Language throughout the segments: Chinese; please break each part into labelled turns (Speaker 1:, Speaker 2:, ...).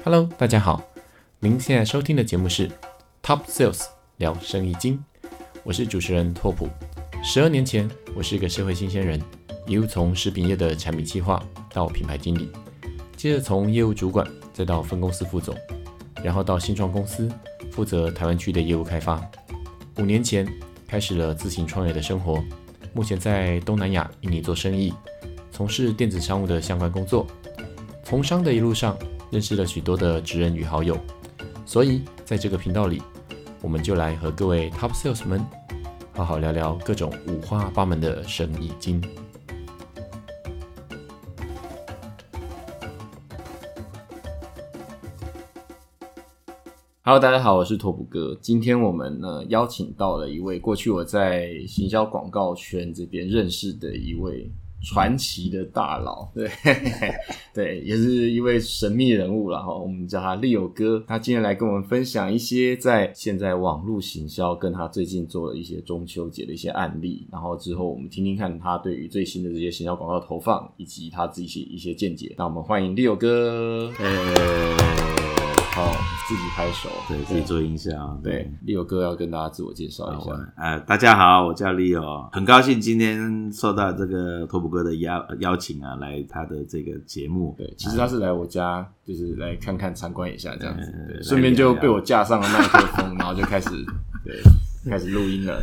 Speaker 1: Hello， 大家好，您现在收听的节目是 Top Sales 聊生意经，我是主持人拓普。12年前，我是一个社会新鲜人，一路从食品业的产品企划到品牌经理，接着从业务主管再到分公司副总，然后到新创公司负责台湾区的业务开发。5年前开始了自行创业的生活，目前在东南亚、印尼做生意，从事电子商务的相关工作。从商的一路上，认识了许多的职人与好友，所以在这个频道里，我们就来和各位 Top Sales 们好好聊聊各种五花八门的生意经。Hello， 大家好，我是拓普哥。今天我们呢邀请到了一位过去我在行销广告圈这边认识的一位传奇的大佬，对，也是一位神秘人物啦，我们叫他 Leo 哥。他今天来跟我们分享一些在现在网络行销跟他最近做了一些中秋节的一些案例，然后之后我们听听看他对于最新的这些行销广告投放以及他自己一些见解。那我们欢迎 Leo 哥。好，自己拍手，
Speaker 2: 对，自己做音效。
Speaker 1: 对，Leo 哥要跟大家自我介绍一下。
Speaker 2: 大家好，我叫 Leo， 很高兴今天受到这个拓普哥的邀请啊，来他的这个节目。
Speaker 1: 对，其实他是来我家，就是来看看参观一下这样子，顺便就被我架上了麦克风，然后就开始录音了。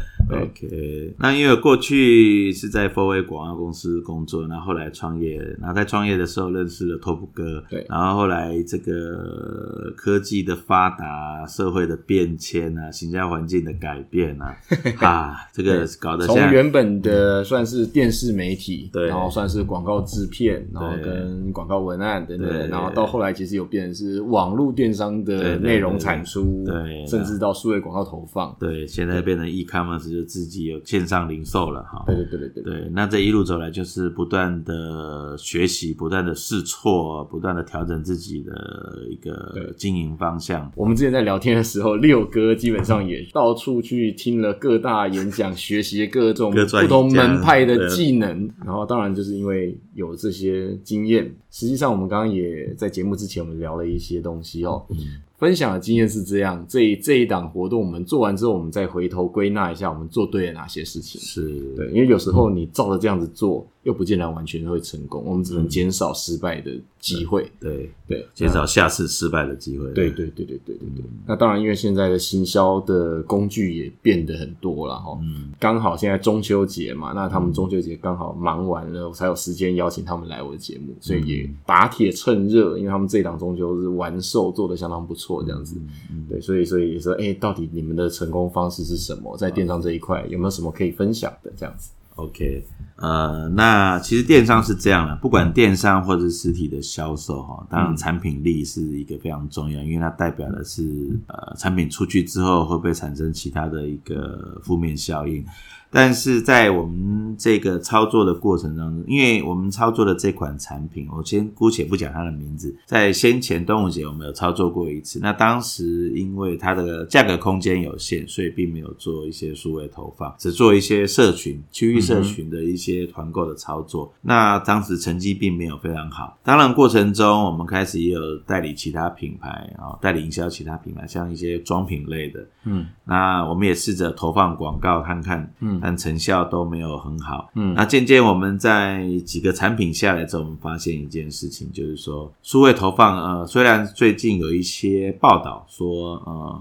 Speaker 2: OK， 那因为过去是在 4A 广告公司工作，然后后来创业，然後在创业的时候认识了拓普哥，
Speaker 1: 对，
Speaker 2: 然后后来这个科技的发达、社会的变迁啊、行销环境的改变啊，这个搞得
Speaker 1: 从原本的算是电视媒体，
Speaker 2: 对，
Speaker 1: 然后算是广告制片，然后跟广告文案等等，然后到后来其实有变成是网络电商的内容产出，
Speaker 2: 对，
Speaker 1: 甚至到数位广告投放，
Speaker 2: 对，现在变成 e-commerce 就自己有线上零售了哈。
Speaker 1: 对，
Speaker 2: 那这一路走来就是不断的学习，不断的试错，不断的调整自己的一个经营方向。
Speaker 1: 我们之前在聊天的时候，Leo哥基本上也到处去听了各大演讲，学习各种不同门派的技能，然后当然就是因为有这些经验，实际上我们刚刚也在节目之前我们聊了一些东西分享的经验是这样，这一档活动我们做完之后，我们再回头归纳一下我们做对了哪些事情。
Speaker 2: 是，
Speaker 1: 对，因为有时候你照着这样子做，又不见得完全会成功，我们只能减少失败的机会。
Speaker 2: 对，减少下次失败的机会。
Speaker 1: 对。那当然，因为现在的行销的工具也变得很多了刚好现在中秋节嘛，那他们中秋节刚好忙完了，我才有时间邀请他们来我的节目，所以也打铁趁热，因为他们这一档中秋是完售做得相当不错，这样子。对，所以说，到底你们的成功方式是什么？在电商这一块有没有什么可以分享的？这样子。
Speaker 2: OK， 那其实电商是这样的，不管电商或者是实体的销售当然产品力是一个非常重要，因为它代表的是产品出去之后会不会产生其他的一个负面效应。但是在我们这个操作的过程当中，因为我们操作的这款产品，我先姑且不讲它的名字，在先前端午节我们有操作过一次，那当时因为它的价格空间有限，所以并没有做一些数位投放，只做一些社群区域社群的一些团购的操作，那当时成绩并没有非常好。当然过程中我们开始也有代理其他品牌，代理营销其他品牌，像一些装品类的那我们也试着投放广告看看但成效都没有很好那渐渐我们在几个产品下来之后，我们发现一件事情，就是说数位投放虽然最近有一些报道说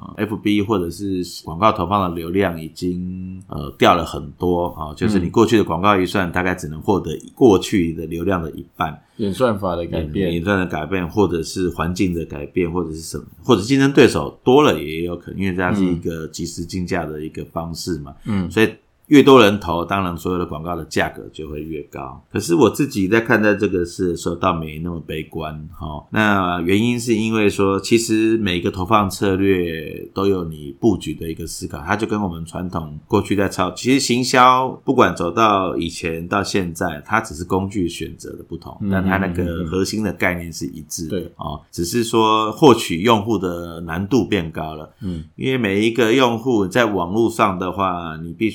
Speaker 2: FB 或者是广告投放的流量已经掉了很多就是你过去的广告预算大概只能获得过去的流量的一半，
Speaker 1: 演算法的改变，
Speaker 2: 演算的改变，或者是环境的改变，或者是什么，或者竞争对手多了也有可能，因为它是一个即时竞价的一个方式嘛所以越多人投，当然所有的广告的价格就会越高。可是我自己在看待这个事的时候倒没那么悲观那原因是因为说其实每个投放策略都有你布局的一个思考，它就跟我们传统过去在其实行销不管走到以前到现在，它只是工具选择的不同但它那个核心的概念是一致的只是说获取用户的难度变高了因为每一个用户在网络上的话，你必须跟他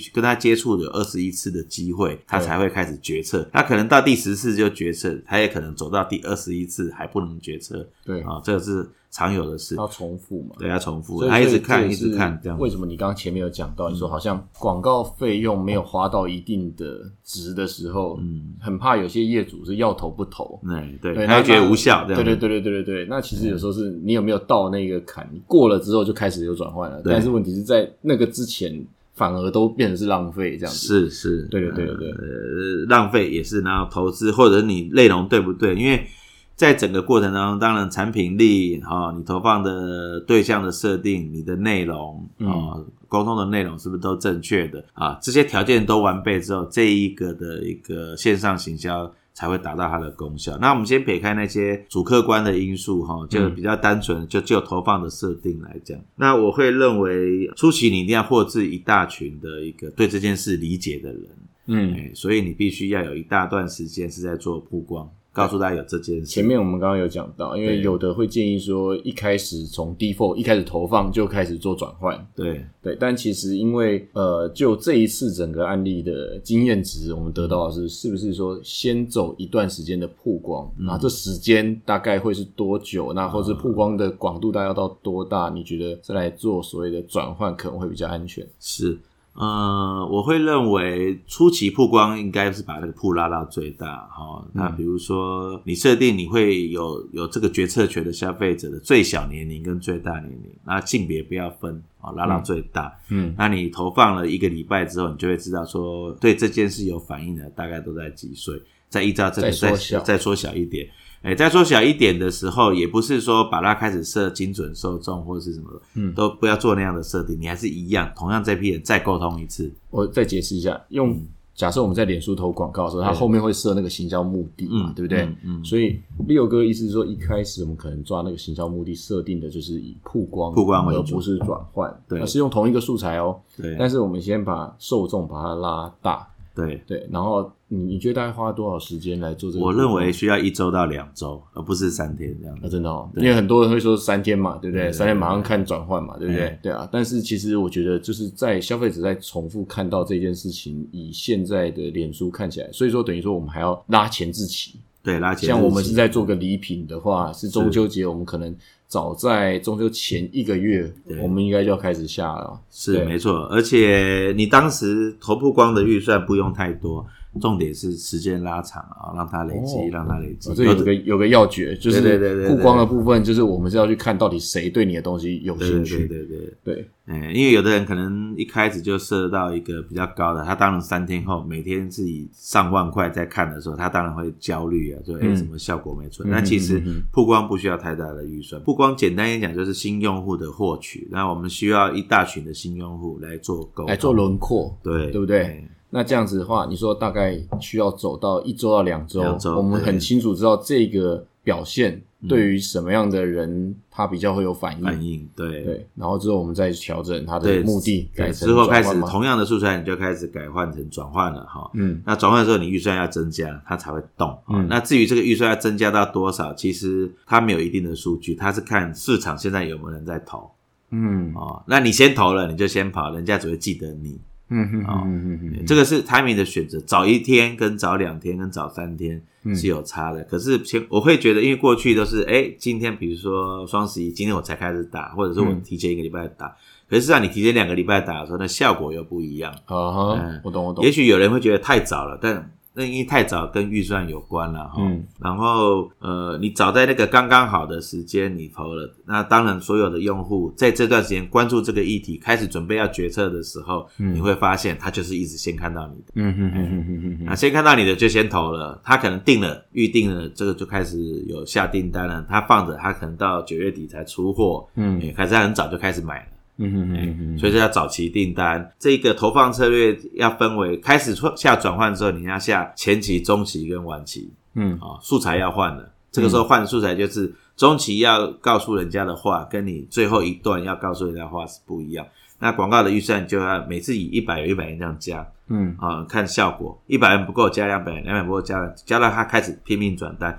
Speaker 2: 接触有21次的机会，他才会开始决策。他可能到第10次就决策，他也可能走到第21次还不能决策。
Speaker 1: 对
Speaker 2: 啊，这个是常有的事。
Speaker 1: 要重复嘛？
Speaker 2: 对，要重复，他一直看，一直看，这样。
Speaker 1: 为什么你刚刚前面有讲到，你说好像广告费用没有花到一定的值的时候，很怕有些业主是要投不投。
Speaker 2: 对，他会觉得无效。这样。
Speaker 1: 对。那其实有时候是你有没有到那个坎，你过了之后就开始有转换了，但是问题是在那个之前。反而都变成是浪费这样子。
Speaker 2: 是，
Speaker 1: 对，
Speaker 2: 浪费也是，然后投资或者你内容对不对？因为在整个过程当中，当然产品力你投放的对象的设定，你的内容沟通的内容是不是都正确的啊？这些条件都完备之后，这一个线上行销才会达到它的功效。那我们先撇开那些主客观的因素就比较单纯，就投放的设定来讲，那我会认为初期你一定要获知一大群的一个对这件事理解的人，所以你必须要有一大段时间是在做曝光，告诉大家有这件事。
Speaker 1: 前面我们刚刚有讲到，因为有的会建议说一开始从 default 一开始投放就开始做转换，对，但其实因为就这一次整个案例的经验值，我们得到的是不是说先走一段时间的曝光，那这时间大概会是多久？那或是曝光的广度大概要到多大？你觉得再来做所谓的转换可能会比较安全？
Speaker 2: 是。我会认为初期曝光应该是把那个曝拉到最大那比如说你设定你会有这个决策权的消费者的最小年龄跟最大年龄，那性别不要分拉到最大。那你投放了1个礼拜之后，你就会知道说对这件事有反应的大概都在几岁，再依照这个再缩小一点。再缩小一点的时候，也不是说把它开始设精准受众或是什么的，都不要做那样的设定，你还是一样，同样这批人再沟通一次。
Speaker 1: 我再解释一下，假设我们在脸书投广告的时候，它后面会设那个行销目的嘛，对不对？所以Leo哥意思是说，一开始我们可能抓那个行销目的设定的就是以曝光
Speaker 2: 为主，
Speaker 1: 而不是转换，
Speaker 2: 对，
Speaker 1: 是用同一个素材
Speaker 2: 对，
Speaker 1: 但是我们先把受众把它拉大。
Speaker 2: 对，
Speaker 1: 然后你觉得大概花多少时间来做这个？
Speaker 2: 我认为需要1周到2周，而不是3天这样子。
Speaker 1: 真的因为很多人会说3天嘛，对不对？3天马上看转换嘛，对不对？对啊。但是其实我觉得就是在消费者在重复看到这件事情，以现在的脸书看起来，所以说等于说我们还要拉前置期。
Speaker 2: 对，拉前置期。
Speaker 1: 像我们是在做个礼品的话，是中秋节，我们可能早在中秋前1个月，我们应该就要开始下了。
Speaker 2: 是没错，而且你当时投曝光的预算不用太多，重点是时间拉长让它累积，让它累积。
Speaker 1: 这有个要诀，就是曝光的部分，就是我们是要去看到底谁对你的东西有兴趣。对，
Speaker 2: 因为有的人可能一开始就设到一个比较高的，他当然3天后每天是以上万块在看的时候，他当然会焦虑就什么效果没出来。那其实曝光不需要太大的预算，曝光简单一讲就是新用户的获取，那我们需要一大群的新用户来做沟通，
Speaker 1: 来做轮廓，对不对？那这样子的话，你说大概需要走到1周到2周，我们很清楚知道这个表现对于什么样的人他比较会有反应，对，然后之后我们再调整他的目的，改成
Speaker 2: 之后开始同样的素材你就开始改换成转换了那转换的时候你预算要增加，它才会动那至于这个预算要增加到多少，其实它没有一定的数据，它是看市场现在有没有人在投那你先投了你就先跑，人家只会记得你这个是 timing 的选择，早1天跟早2天跟早3天是有差的。可是我会觉得，因为过去都是今天比如说双11，今天我才开始打，或者是我提前1个礼拜打，可是事实上你提前2个礼拜打的时候，那效果又不一样。
Speaker 1: 我懂。
Speaker 2: 也许有人会觉得太早了，但那因为太早跟预算有关了然后你早在那个刚刚好的时间你投了，那当然所有的用户在这段时间关注这个议题，开始准备要决策的时候你会发现他就是一直先看到你的那先看到你的就先投了，他可能预定了，这个就开始有下订单了，他放着他可能到9月底才出货可是他很早就开始买了所以这叫早期订单。这个投放策略要分为开始下转换之后，你要下前期、中期跟晚期素材要换了，这个时候换的素材就是中期要告诉人家的话跟你最后一段要告诉人家的话是不一样。那广告的预算就要每次以100元100元这样加看效果，100元不够加200元，200元不够加到他开始拼命转单。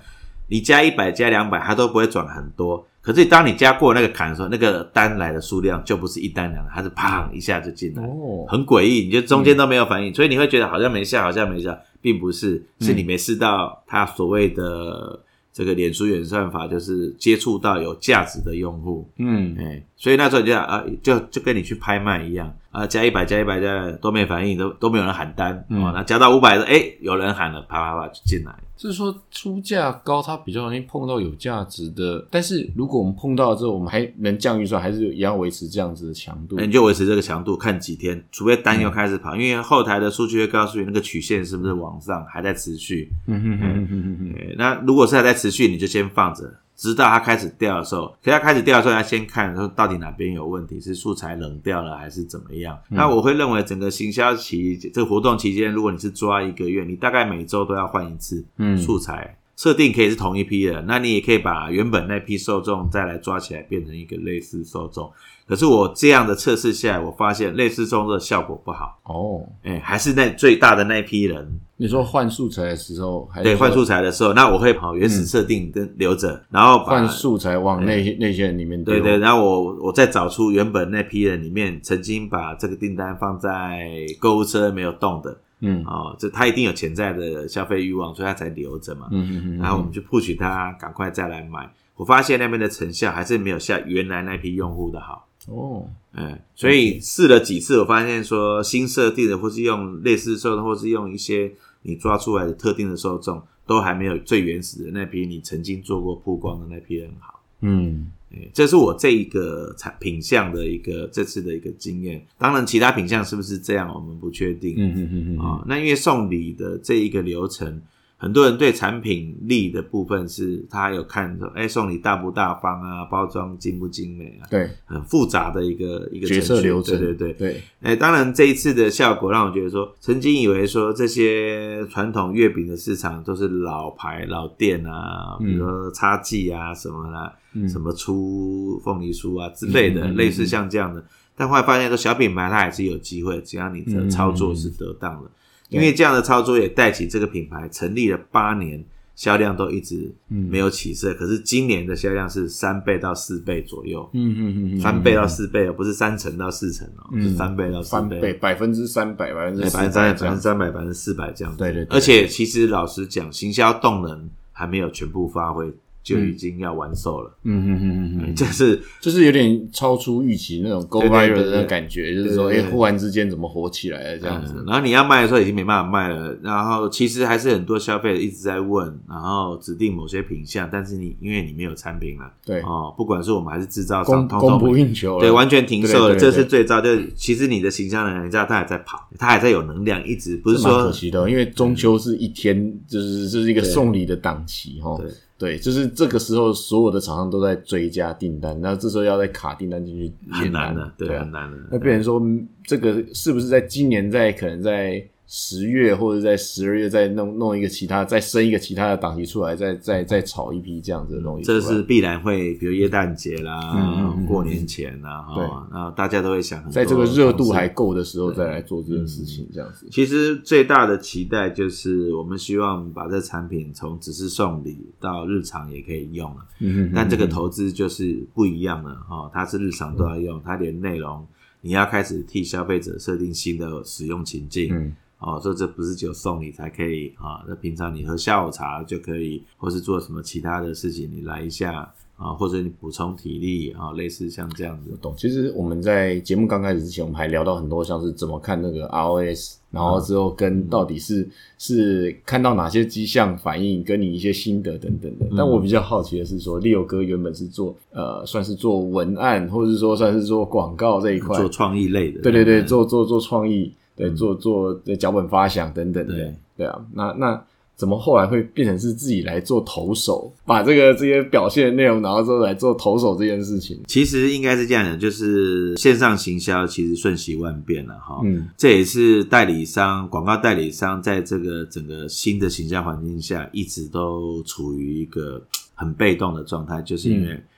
Speaker 2: 你加100加200它都不会转很多，可是当你加过那个坎的时候，那个单来的数量就不是一单两单，它是砰一下就进来，很诡异，你就中间都没有反应，所以你会觉得好像没效好像没效，并不是，是你没试到它所谓的这个脸书演算法，就是接触到有价值的用户，所以那时候就跟你去拍卖一样加100加100加100都没反应，都没有人喊单，那加到500的有人喊了，啪啪啪就进来。
Speaker 1: 就是说出价高它比较容易碰到有价值的，但是如果我们碰到了之后我们还能降预算，还是一样维持这样子的强度，
Speaker 2: 你就维持这个强度看几天，除非单又开始跑，因为后台的数据会告诉你那个曲线是不是往上还在持续，那如果是还在持续，你就先放着，直到它开始掉的时候，可是它开始掉的时候要先看说到底哪边有问题，是素材冷掉了还是怎么样。那我会认为整个行销期这个活动期间，如果你是抓1个月，你大概每周都要换一次素材，设定可以是同一批的，那你也可以把原本那批受众再来抓起来变成一个类似受众。可是我这样的测试下来，我发现类似受众的效果不好还是那最大的那批人。
Speaker 1: 你说换素材的时候还是
Speaker 2: 对，换素材的时候，那我会跑原始设定跟留着，然后把
Speaker 1: 换素材往那些人里面丢，
Speaker 2: 对，然后我再找出原本那批人里面曾经把这个订单放在购物车没有动的，这他一定有潜在的消费欲望，所以他才留着嘛，然后我们就 push 他赶快再来买。我发现那边的成效还是没有像原来那批用户的好所以试了几次，我发现说新设定的或是用类似受众，或是用一些你抓出来的特定的受众，都还没有最原始的那批你曾经做过曝光的那批人好。这是我这一个品项的这次的一个经验。当然其他品项是不是这样我们不确定。那因为送礼的这一个流程，很多人对产品力的部分是他有看说送礼大不大方啊，包装精不精美啊，
Speaker 1: 对，
Speaker 2: 很复杂的一个
Speaker 1: 决策流程，
Speaker 2: 对。当然这一次的效果让我觉得说，曾经以为说这些传统月饼的市场都是老牌老店啊，比如说叉记啊什么啦，什么出凤梨酥啊之类的，类似像这样的，但后来发现说小品牌它还是有机会，只要你的操作是得当的。因为这样的操作也带起这个品牌成立了8年，销量都一直没有起色，可是今年的销量是3倍到4倍左右，3倍到4倍不是3成到4成是3倍到4倍
Speaker 1: ，300%、400%
Speaker 2: 这样子。
Speaker 1: 对，
Speaker 2: 而且其实老实讲，行销动能还没有全部发挥，就已经要完售了。
Speaker 1: 就是有点超出预期那种 go viral 的那种感觉，就是说忽然之间怎么火起来了这样子。
Speaker 2: 然后你要卖的时候已经没办法卖了，然后其实还是很多消费者一直在问，然后指定某些品项，但是因为你没有产品了，
Speaker 1: 对
Speaker 2: 不管是我们还是制造商
Speaker 1: 供不应求了，
Speaker 2: 对，完全停售了，这是最糟。就是其实你的行销人，你知道他还在跑，他还在有能量，一直不是说
Speaker 1: 蛮可惜的，因为中秋是一天，就是一个送礼的档期对，就是这个时候所有的厂商都在追加订单，那这时候要再卡订单进去
Speaker 2: 很难的，对，很难的。
Speaker 1: 那变成说这个是不是在今年可能在10月或者在12月再弄一个其他，再生一个其他的档期出来，再炒一批这样子的东西出来，
Speaker 2: 这是必然会，比如耶诞节啦，过年前啦，对，然后大家都会想很多，
Speaker 1: 在这个热度还够的时候再来做这件事情，这样子。
Speaker 2: 其实最大的期待就是我们希望把这产品从只是送礼到日常也可以用了，但这个投资就是不一样了它是日常都要用，它连内容你要开始替消费者设定新的使用情境。所以这不是只有送礼才可以那平常你喝下午茶就可以，或是做什么其他的事情你来一下或者你补充体力类似像这样子。
Speaker 1: 我懂。其实我们在节目刚开始之前，我们还聊到很多像是怎么看那个 ROS， 然后之后跟到底是看到哪些迹象反应，跟你一些心得等等的。但我比较好奇的是说，Leo哥原本是做算是做文案，或者是说算是做广告这一块，
Speaker 2: 做创意类的。
Speaker 1: 对，做创意。对，做脚本发想等等的，对啊，那怎么后来会变成是自己来做投手，把这些表现的内容，然后之后来做投手这件事情？
Speaker 2: 其实应该是这样的，就是线上行销其实瞬息万变了这也是广告代理商在这个整个新的行销环境下，一直都处于一个很被动的状态，就是因为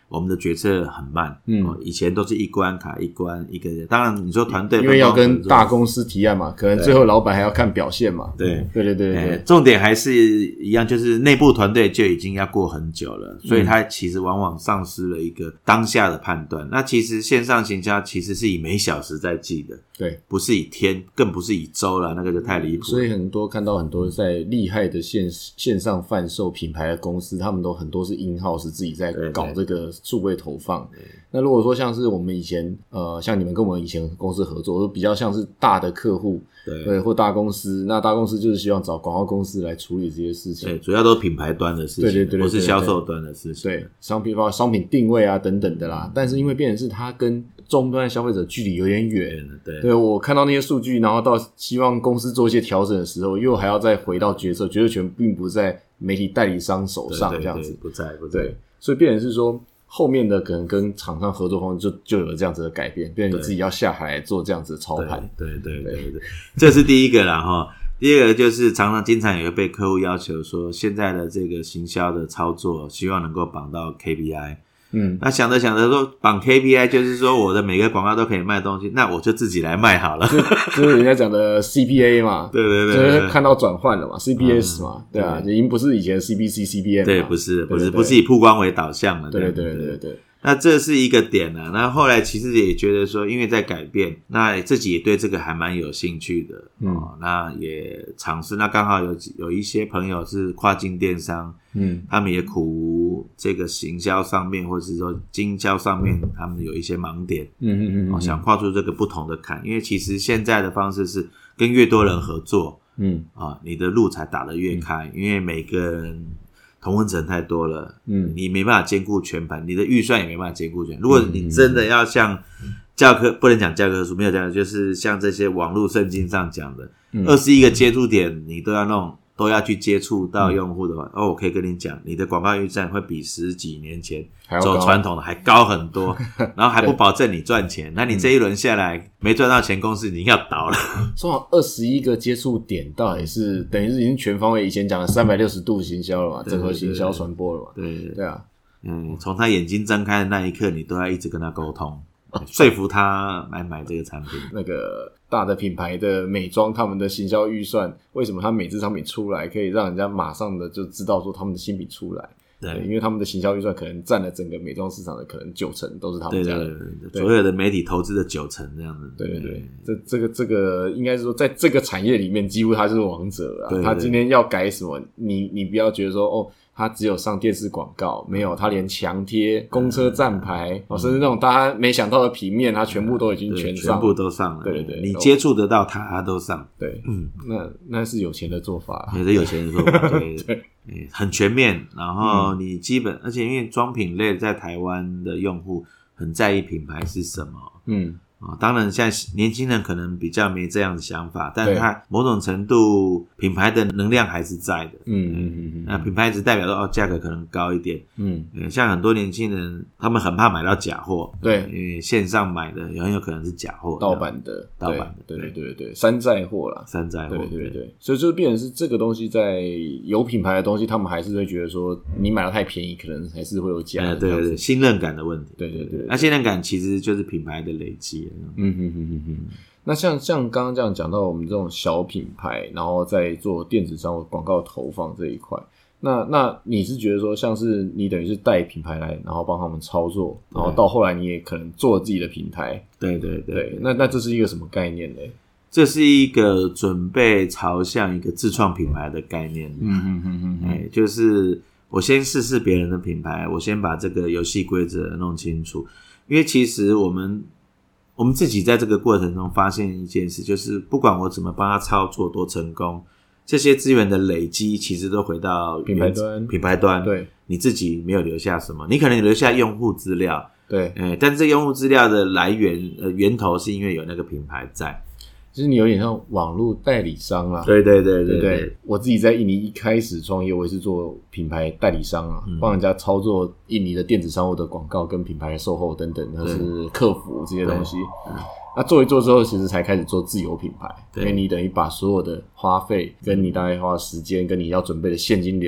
Speaker 2: 我们的决策很慢，以前都是一关卡一关一个，当然你说团队
Speaker 3: 因为要跟大公司提案嘛，可能最后老板还要看表现嘛，
Speaker 2: 对，
Speaker 3: 重
Speaker 2: 点还是一样，就是内部团队就已经要过很久了，所以他其实往往丧失了一个当下的判断。那其实线上行销其实是以每小时在计的，
Speaker 3: 对，
Speaker 2: 不是以天，更不是以周了，那个就太离谱了。
Speaker 3: 所以看到很多在厉害的线上贩售品牌的公司，他们都很多是 in-house 自己在搞这个数位投放。那如果说像是我们以前像你们跟我们以前公司合作，都比较像是大的客户，对，或大公司，那大公司就是希望找广告公司来处理这些事情。
Speaker 2: 对，主要都是品牌端的事情，对，不是销售端的事情。
Speaker 3: 对，商品定位啊等等的啦。但是因为变成是它跟终端消费者距离有点远，对，我看到那些数据，然后到希望公司做一些调整的时候，又还要再回到决策权并不在媒体代理商手上，这样子
Speaker 2: 不在。
Speaker 3: 对，所以变成是说后面的可能跟厂商合作方就有了这样子的改变，变成你自己要下海来做这样子的操盘。
Speaker 2: 对，这是第一个啦齁。第二个就是经常也会被客户要求说，现在的这个行销的操作希望能够绑到 KPI。那想着说绑 KPI 就是说我的每个广告都可以卖东西，那我就自己来卖好了，
Speaker 3: 就是人家讲的 CPA 嘛，
Speaker 2: 对，
Speaker 3: 就是看到转换了嘛， CPS 嘛，对啊，已经不是以前的 CPC、CPM
Speaker 2: 对，不是以曝光为导向了，
Speaker 3: 对。
Speaker 2: 那这是一个点啊。那后来其实也觉得说，因为在改变，那自己也对这个还蛮有兴趣的，那也尝试。那刚好有一些朋友是跨境电商，他们也苦无这个行销上面或者是说经销上面，他们有一些盲点，想跨出这个不同的坎。因为其实现在的方式是跟越多人合作，你的路才打得越开，因为每个人同温层太多了，你没办法兼顾全盘，你的预算也没办法兼顾全。如果你真的要像教科，不能讲教科书，没有教科书，就是像这些网络圣经上讲的，21个接触点你都要弄，都要去接触到用户的话，我可以跟你讲，你的广告预算会比10几年前走传统的还高很多，然后还不保证你赚钱。那你这一轮下来没赚到钱，公司已经要倒了。
Speaker 3: 说好21个接触点，到底是等于是已经全方位，以前讲的360度行销了嘛，整合行销传播了嘛，对啊，
Speaker 2: 从他眼睛睁开的那一刻，你都要一直跟他沟通，说服他买这个产品。
Speaker 3: 那个大的品牌的美妆，他们的行销预算，为什么他每支商品出来可以让人家马上的就知道说他们的新品出来？对，因为他们的行销预算可能占了整个美妆市场的可能90%都是他们家的，
Speaker 2: 对，所有的媒体投资的90%这样子。
Speaker 3: 对，这个应该是说，在这个产业里面，几乎他就是王者啊。他今天要改什么，你不要觉得说他只有上电视广告，没有，他连墙贴、公车站牌，甚至那种大家没想到的平面，他全部都已经全
Speaker 2: 部都上了。
Speaker 3: 对，
Speaker 2: 你接触得到他都上。
Speaker 3: 对，那是有钱的做法，
Speaker 2: 也是有钱的做法。对。很全面，然后你基本，而且因为妆品类在台湾的用户很在意品牌是什么，当然现在年轻人可能比较没这样的想法，但是他某种程度品牌的能量还是在的，那品牌只代表说价格可能高一点，像很多年轻人他们很怕买到假货，
Speaker 3: 对，
Speaker 2: 因为线上买的很有可能是假货，
Speaker 3: 盗版的，对，山寨货啦，对，所以就变成是这个东西在有品牌的东西，他们还是会觉得说你买到太便宜，可能还是会有假，
Speaker 2: 对，信任感的问题，
Speaker 3: 对，
Speaker 2: 那信任感其实就是品牌的累积。
Speaker 3: 那像刚刚这样讲到我们这种小品牌，然后在做电子商务广告投放这一块，那你是觉得说，像是你等于是带品牌来，然后帮他们操作，然后到后来你也可能做自己的平台，对，那这是一个什么概念呢？
Speaker 2: 这是一个准备朝向一个自创品牌的概念，就是我先试试别人的品牌，我先把这个游戏规则弄清楚。因为其实我们自己在这个过程中发现一件事，就是不管我怎么帮他操作多成功，这些资源的累积其实都回到品牌端，对，你自己没有留下什么，你可能留下用户资料，
Speaker 3: 对，
Speaker 2: 但是这用户资料的来源源头是因为有那个品牌在。
Speaker 3: 就是你有点像网络代理商啦，
Speaker 2: 对，
Speaker 3: 我自己在印尼一开始创业，我也是做品牌代理商啊，帮人家操作印尼的电子商务的广告跟品牌的售后等等，或是客服这些东西。那做一做之后，其实才开始做自有品牌，因为你等于把所有的花费跟你大概花的时间跟你要准备的现金流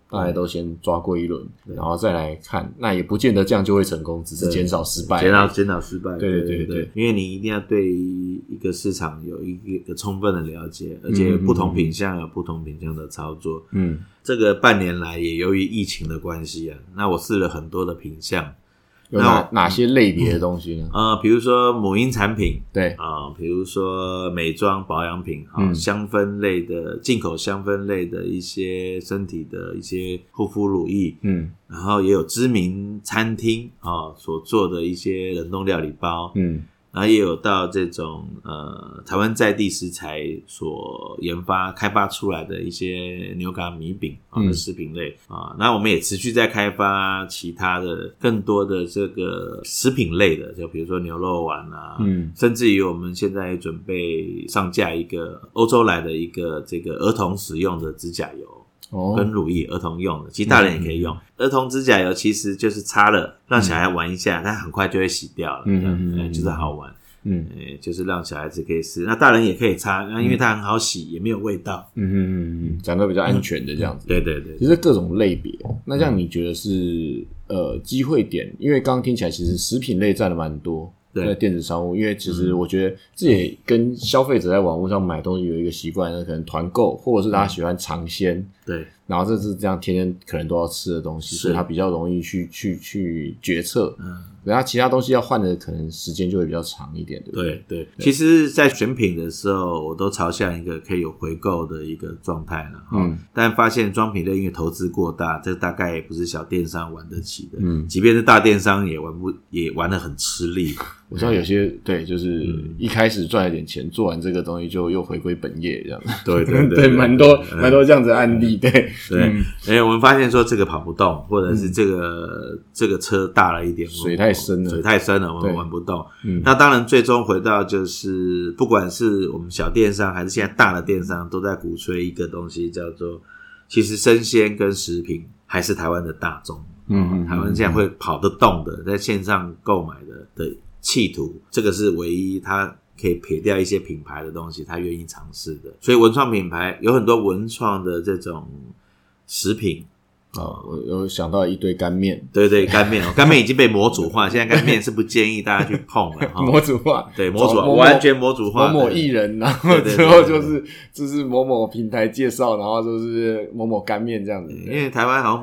Speaker 3: 大家都先抓过一轮，然后再来看，那也不见得这样就会成功，只是减少失败，
Speaker 2: 减少失败。对，因为你一定要对一个市场有一个充分的了解，而且不同品项有不同品项的操作。这个半年来也由于疫情的关系啊，那我试了很多的品项。
Speaker 3: 有哪些类别的东西呢？
Speaker 2: 比如说母婴产品，
Speaker 3: 对
Speaker 2: 比如说美妆保养品，香氛类的进口香氛类的一些身体的一些护肤乳液，然后也有知名餐厅所做的一些冷冻料理包，然后也有到这种台湾在地食材所开发出来的一些牛轧米饼的食品类那我们也持续在开发其他的更多的这个食品类的，就比如说牛肉丸甚至于我们现在准备上架一个欧洲来的一个这个儿童使用的指甲油跟乳液，儿童用的，其实大人也可以用。儿童指甲油其实就是擦了让小孩玩一下，它很快就会洗掉了，就是好玩。就是让小孩子可以试，那大人也可以擦，因为它很好洗，也没有味道。
Speaker 3: 讲得比较安全的这样子。
Speaker 2: 对，
Speaker 3: 其实各种类别，那这样你觉得是机会点？因为刚刚听起来其实食品类占了蛮多。在电子商务，因为其实我觉得这也跟消费者在网络上买东西有一个习惯，可能团购或者是他喜欢尝鲜，
Speaker 2: 对，
Speaker 3: 然后这是这样天天可能都要吃的东西，所以他比较容易去决策，然后其他东西要换的可能时间就会比较长一点，对不对？
Speaker 2: 对，其实在选品的时候我都朝向一个可以有回购的一个状态了，但发现装品类因为投资过大，这大概也不是小电商玩得起的，即便是大电商也玩得很吃力。
Speaker 3: 我知道有些对，就是一开始赚了点钱，做完这个东西就又回归本业这样。对，蛮多这样子的案例。对，
Speaker 2: 因为我们发现说这个跑不动，或者是这个车大了一点，
Speaker 3: 水太深了，
Speaker 2: 我们玩不动。那当然最终回到就是不管是我们小电商还是现在大的电商，都在鼓吹一个东西叫做，其实生鲜跟食品还是台湾的大众。台湾现在会跑得动的，在线上购买的企图，这个是唯一他可以撇掉一些品牌的东西他愿意尝试的。所以文创品牌有很多文创的这种食品
Speaker 3: 我有想到一堆干面，
Speaker 2: 对，干面干面已经被模组化，现在干面是不建议大家去碰了
Speaker 3: 模组化，
Speaker 2: 对，模组化，完全模组化，
Speaker 3: 某艺人，然后之后就是某平台介绍，然后就是某干面这样子。
Speaker 2: 因为台湾好像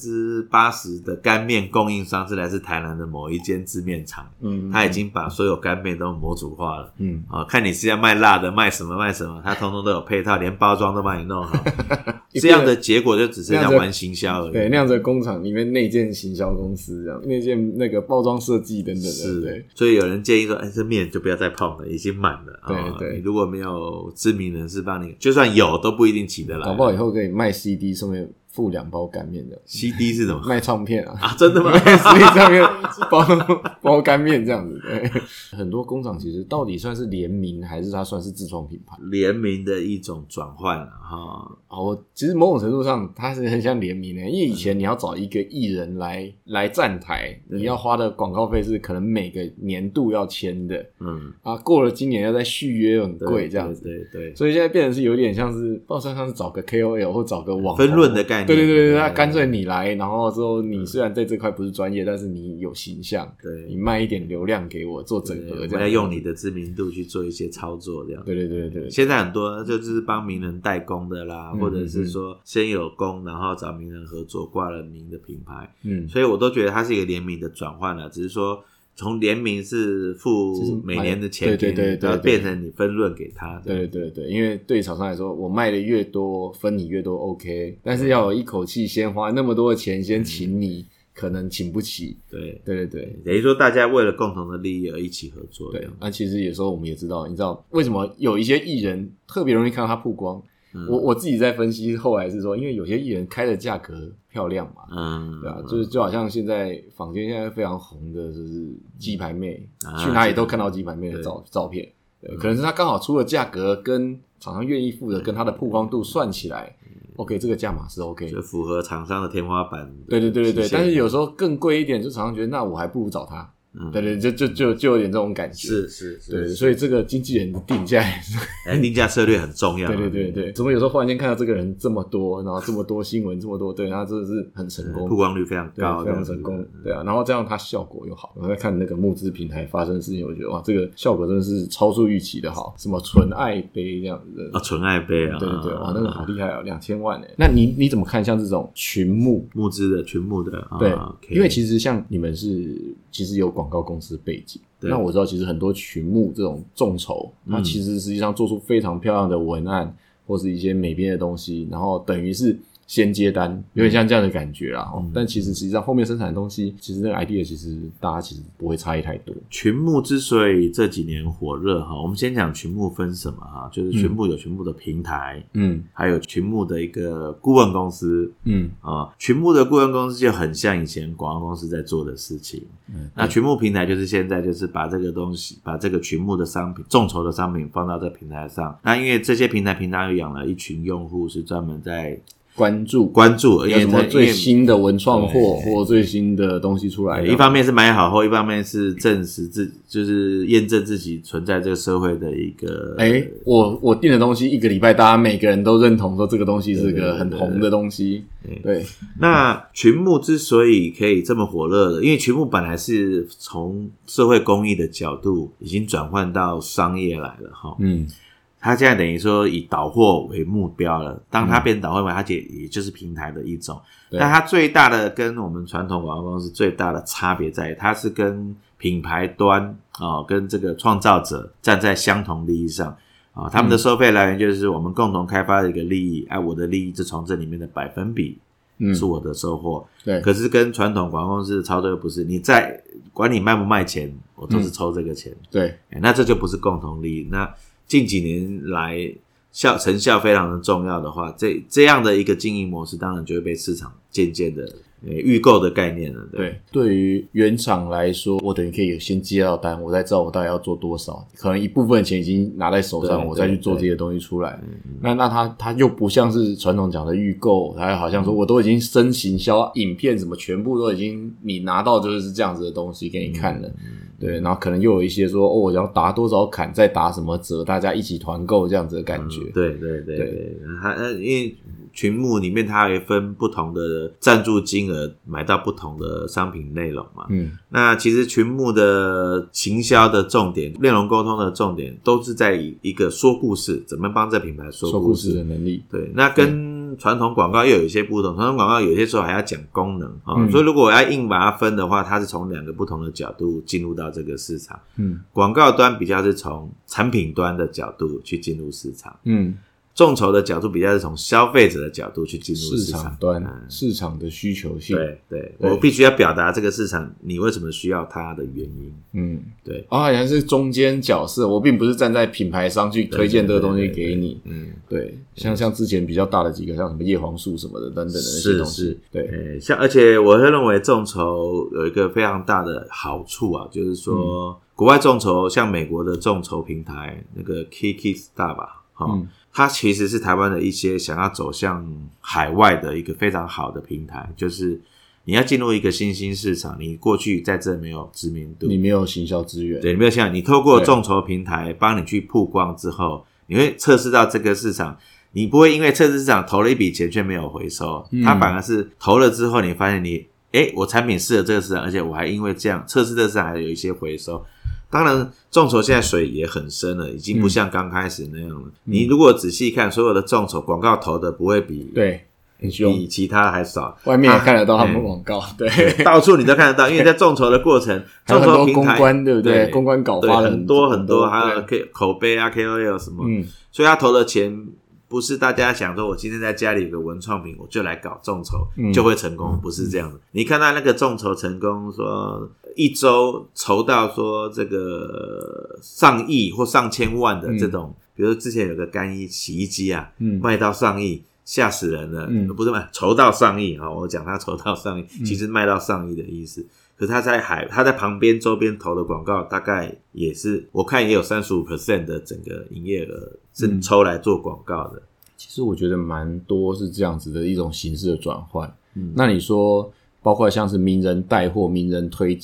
Speaker 2: 80%的干面供应商是来自台南的某一间制面厂，他已经把所有干面都模组化了，看你是要卖辣的，卖什么，他通通都有配套，连包装都帮你弄好。这样的结果就只剩下玩行销。
Speaker 3: 对，那样子的工厂里面内建行销公司这样，内建那个包装设计等等的，
Speaker 2: 是，
Speaker 3: 对。
Speaker 2: 所以有人建议说，这面就不要再碰了，已经满了。
Speaker 3: 对，
Speaker 2: 你如果没有知名人士帮你，就算有都不一定起得来。
Speaker 3: 搞不好以后可以卖 CD 上面附2包干面的。
Speaker 2: CD 是什么？
Speaker 3: 卖唱片啊？
Speaker 2: 真的吗
Speaker 3: ？CD 上面包干面这样子。对，很多工厂其实到底算是联名，还是它算是自创品牌？
Speaker 2: 联名的一种转换了
Speaker 3: 其实某种程度上它是很像联名的，因为以前你要找一个艺人来站台，你要花的广告费是可能每个年度要签的，过了今年要再续约很贵这样子，
Speaker 2: 对，
Speaker 3: 所以现在变成是有点像是不知道像是找个 KOL 或找个网红
Speaker 2: 分润的概念，
Speaker 3: 对，他干脆你来，然后之后你虽然在这块不是专业，但是你有形象，
Speaker 2: 对，
Speaker 3: 你卖一点流量给我做整合，这样
Speaker 2: 我要用你的知名度去做一些操作，这样，
Speaker 3: 对，
Speaker 2: 现在很多就是帮名人代工的啦，或者是说先有功，然后找名人合作挂了名的品牌，所以我都觉得它是一个联名的转换了，只是说从联名是付每年的钱给你，对，变成你分润给他。
Speaker 3: 对，因为对厂商来说，我卖的越多，分你越多 OK， 但是要有一口气先花那么多的钱先请你，可能请不起。对，
Speaker 2: 等于说大家为了共同的利益而一起合作。
Speaker 3: 对，那其实有时候我们也知道，你知道为什么有一些艺人特别容易看到他曝光？我自己在分析后来是说，因为有些艺人开的价格漂亮嘛，对啊，就好像现在坊间现在非常红的就是鸡排妹，去哪里都看到鸡排妹的照片，对，可能是他刚好出的价格跟厂商愿意付的跟他的曝光度算起来，OK， 这个价码是 OK，
Speaker 2: 就符合厂商的天花板。
Speaker 3: 对，但是有时候更贵一点，就厂商觉得那我还不如找他。 对，就有点这种感觉。
Speaker 2: 是，
Speaker 3: 对，所以这个经纪人的定价也是
Speaker 2: 定价策略很重要。
Speaker 3: 对，怎么有时候忽然间看到这个人这么多，然后这么多新闻这么多，对，他真的是很成功，
Speaker 2: 曝光率非常高，
Speaker 3: 非常成功。对啊，然后这样他效果又好。我在看那个募资平台发生的事情，我觉得哇，这个效果真的是超出预期的好。什么纯爱杯这样子的
Speaker 2: 纯爱杯啊，
Speaker 3: 对，哇，那个好厉害啊，2000万欸。那你怎么看像这种群募
Speaker 2: 资的群募的？
Speaker 3: 对，因为其实像你们其实有广告公司背景，那我知道其实很多群募这种众筹，它其实实际上做出非常漂亮的文案或是一些美编的东西，然后等于是先接单，有点像这样的感觉啦。但其实实际上后面生产的东西，其实那个 idea 其实大家其实不会差异太多。
Speaker 2: 群募之所以这几年火热我们先讲群募分什么就是群募有群募的平台，还有群募的一个顾问公司，群募的顾问公司就很像以前广告公司在做的事情。那群募平台就是现在就是把这个东西，把这个群募的商品、众筹的商品放到这平台上。那因为这些平台平常又养了一群用户，是专门在
Speaker 3: 关注，
Speaker 2: 有
Speaker 3: 什么最新的文创货或最新的东西出来，
Speaker 2: 一方面是买好货，一方面是证实就是验证自己存在这个社会的一个。
Speaker 3: 我订的东西1个礼拜，大家每个人都认同说这个东西是个很红的东西。对，
Speaker 2: 那群募之所以可以这么火热的，因为群募本来是从社会公益的角度已经转换到商业来了他现在等于说以导货为目标了，当他变导货它也就是平台的一种。但它最大的跟我们传统广告公司最大的差别在于，它是跟品牌端跟这个创造者站在相同利益上他们的收费来源就是我们共同开发的一个利益，我的利益是从这里面的百分比是我的收获。
Speaker 3: 对，
Speaker 2: 可是跟传统广告公司的操作又不是，你在管你卖不卖钱，我都是抽这个钱。
Speaker 3: 对，
Speaker 2: 那这就不是共同利益。那近几年来成效非常的重要的话，这样的一个经营模式当然就会被市场渐渐的预购的概念了。
Speaker 3: 对于原厂来说，我等于可以先接到单，我才知道我到底要做多少，可能一部分钱已经拿在手上，我再去做这些东西出来。那它又不像是传统讲的预购，它好像说我都已经生行销影片什么全部都已经你拿到就是这样子的东西给你看了。对，然后可能又有一些说我要打多少砍，再打什么折，大家一起团购这样子的感觉。
Speaker 2: 对，因为群募里面它还分不同的赞助金额买到不同的商品内容嘛。那其实群募的行销的重点、内容沟通的重点都是在一个说故事，怎么帮这品牌说故事
Speaker 3: 的能力。
Speaker 2: 对，那跟传统广告又有一些不同，传统广告有些时候还要讲功能所以如果我要硬把它分的话，它是从2个不同的角度进入到这个市场。广告端比较是从产品端的角度去进入市场。众筹的角度比较是从消费者的角度去进入市场
Speaker 3: 端，市场的需求性。
Speaker 2: 对，我必须要表达这个市场你为什么需要它的原因。对，
Speaker 3: 好像是中间角色，我并不是站在品牌商去推荐这个东西给你。对，像之前比较大的几个，像什么叶黄素什么的等等的那些东西。对，
Speaker 2: 而且我会认为众筹有一个非常大的好处就是说国外众筹，像美国的众筹平台那个 Kickstarter 吧。它其实是台湾的一些想要走向海外的一个非常好的平台，就是你要进入一个新兴市场，你过去在这没有知名度，
Speaker 3: 你没有行销资源，
Speaker 2: 对，你没有像你透过众筹平台帮你去曝光之后，你会测试到这个市场，你不会因为测试市场投了一笔钱却没有回收，它反而是投了之后你发现我产品适合这个市场，而且我还因为这样测试这个市场还有一些回收。当然众筹现在水也很深了，已经不像刚开始那样了。你如果仔细看所有的众筹广告投的不会比其他还少，
Speaker 3: 外面也看得到他们广告。对，
Speaker 2: 到处你都看得到，因为在众筹的过程众筹平台
Speaker 3: 公关对不对？公关稿发了
Speaker 2: 很多很多，还有口碑KOL 什么所以他投的钱不是大家想说我今天在家里有个文创品我就来搞众筹就会成功，不是这样的。你看到那个众筹成功，说一周筹到说这个上亿或上千万的这种比如说之前有个干衣洗衣机卖到上亿，吓死人了。不是筹到上亿我讲他筹到上亿其实卖到上亿的意思。可是他在旁边周边投的广告大概也是我看也有 35% 的整个营业额是抽来做广告的。
Speaker 3: 其实我觉得蛮多是这样子的一种形式的转换。那你说包括像是名人带货、名人推荐，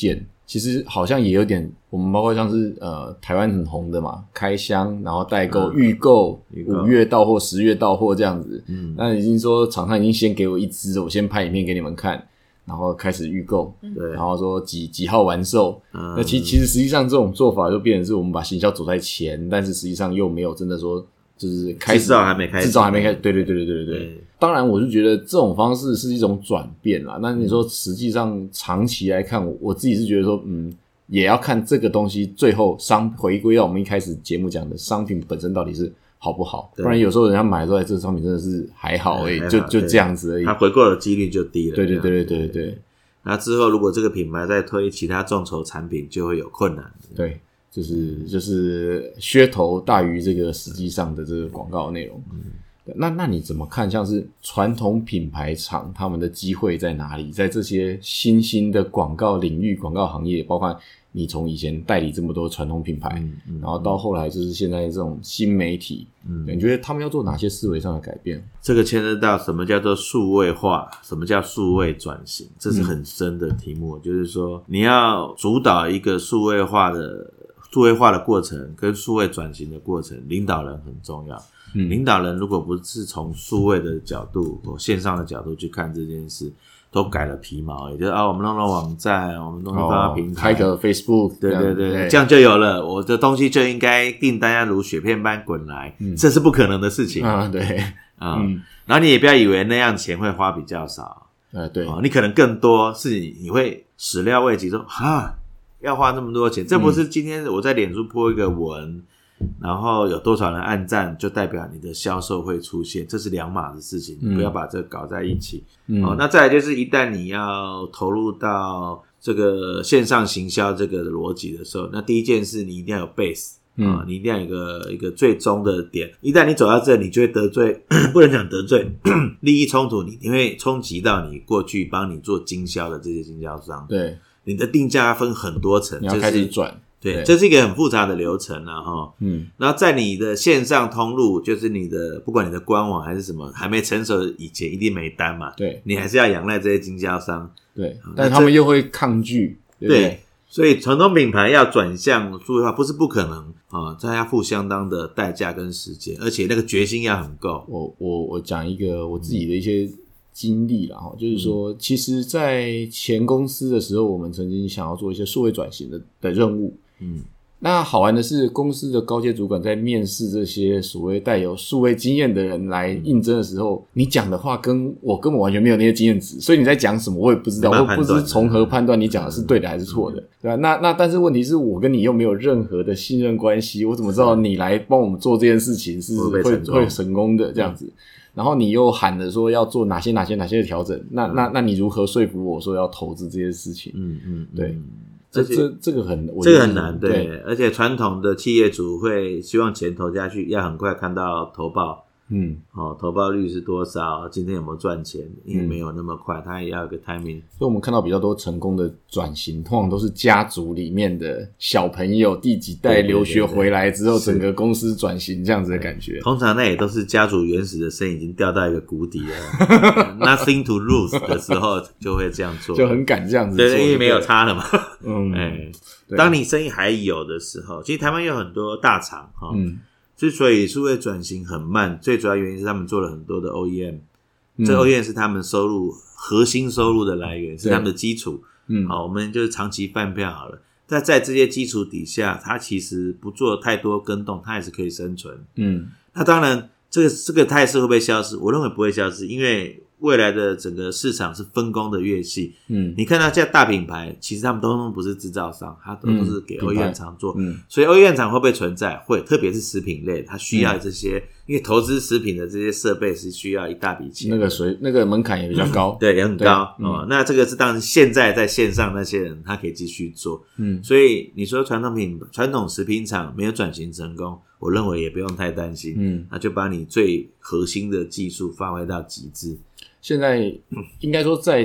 Speaker 3: 其实好像也有点，我们包括像是台湾很红的嘛，开箱然后代购、预购，5月到货、10月到货这样子。那已经说厂商已经先给我一支，我先拍影片给你们看，然后开始预购，
Speaker 2: 对，
Speaker 3: 然后说几号完售。那其实实际上这种做法就变成是我们把行销走在前，但是实际上又没有真的说就是开始
Speaker 2: 制造还没开始，
Speaker 3: 对。当然，我就觉得这种方式是一种转变啦。那你说实际上长期来看，我自己是觉得说，也要看这个东西最后回归到我们一开始节目讲的商品本身到底是好不好。不然有时候人家买出来这个商品真的是还好而已，就这样子而已。
Speaker 2: 它回购的几率就低了。
Speaker 3: 对。
Speaker 2: 那之后如果这个品牌再推其他众筹产品，就会有困难。
Speaker 3: 对，就是噱头大于这个实际上的这个广告内容。那你怎么看像是传统品牌厂他们的机会在哪里？在这些新兴的广告领域、广告行业，包括你从以前代理这么多传统品牌，然后到后来就是现在这种新媒体，你觉得他们要做哪些思维上的改变？
Speaker 2: 这个牵涉到什么叫做数位化，什么叫数位转型，这是很深的题目。就是说你要主导一个数位化的过程跟数位转型的过程，领导人很重要。领导人如果不是从数位的角度或线上的角度去看这件事，都改了皮毛，也就是我们弄网站，我们弄发平台，
Speaker 3: 开个 Facebook，
Speaker 2: 对，这样就有了，我的东西就应该订单要如雪片般滚来，这是不可能的事情
Speaker 3: 对
Speaker 2: 然后你也不要以为那样钱会花比较少，
Speaker 3: 对
Speaker 2: 你可能更多是你会始料未及说要花那么多钱，这不是今天我在脸书po一个文，然后有多少人按赞就代表你的销售会出现，这是两码的事情，不要把这搞在一起。那再来就是一旦你要投入到这个线上行销这个逻辑的时候，那第一件事你一定要有 base，你一定要有一个最终的点。一旦你走到这，你就会得罪不能讲得罪利益冲突，你会冲击到你过去帮你做经销的这些经销商。
Speaker 3: 对，
Speaker 2: 你的定价分很多层，
Speaker 3: 你要开始转。
Speaker 2: 对，这是一个很复杂的流程然后在你的线上通路，就是你的不管你的官网还是什么还没成熟以前，一定没单嘛，
Speaker 3: 对，
Speaker 2: 你还是要仰赖这些经销商，
Speaker 3: 对，但是他们又会抗拒，对，
Speaker 2: 所以传统品牌要转向数位化不是不可能这要付相当的代价跟时间，而且那个决心要很够。
Speaker 3: 我讲一个我自己的一些经历啦，就是说其实在前公司的时候，我们曾经想要做一些数位转型的任务。那好玩的是，公司的高阶主管在面试这些所谓带有数位经验的人来应征的时候，你讲的话跟我根本完全没有那些经验值，所以你在讲什么我也不知道，我不知从何判断你讲的是对的还是错的，对吧？那但是问题是我跟你又没有任何的信任关系，我怎么知道你来帮我们做这件事情是会成功的这样子？然后你又喊着说要做哪些的调整，那你如何说服我说要投资这些事情？对。这个很
Speaker 2: 难，对，而且传统的企业主会希望钱投下去，要很快看到投报，投报率是多少，今天有没有赚钱，因为没有那么快，他也要有个 timing。
Speaker 3: 所以我们看到比较多成功的转型，通常都是家族里面的小朋友第几代留学回来之后，整个公司转型这样子的感觉。
Speaker 2: 通常那也都是家族原始的生已经掉到一个谷底了，nothing to lose 的时候就会这样做，
Speaker 3: 就很敢这样子做，
Speaker 2: 对，因为没有差了嘛。当你生意还有的时候，其实台湾有很多大厂之所以数位转型很慢，最主要原因是他们做了很多的 OEM，这 OEM 是他们核心收入的来源，是他们的基础。我们就是长期饭票好了。在这些基础底下，它其实不做太多更动，它也是可以生存。那当然，这个态势会不会消失？我认为不会消失，因为未来的整个市场是分工的越细。你看到这大品牌，其实他们都不是制造商，它都是给 OEM 厂做。所以 OEM 厂会不会存在？会，特别是食品类，它需要这些，因为投资食品的这些设备是需要一大笔钱，
Speaker 3: 那个门槛也比较高，
Speaker 2: 对，也很高那这个是当然现在在线上那些人他可以继续做。所以你说传统食品厂没有转型成功，我认为也不用太担心。那就把你最核心的技术发挥到极致。
Speaker 3: 现在应该说在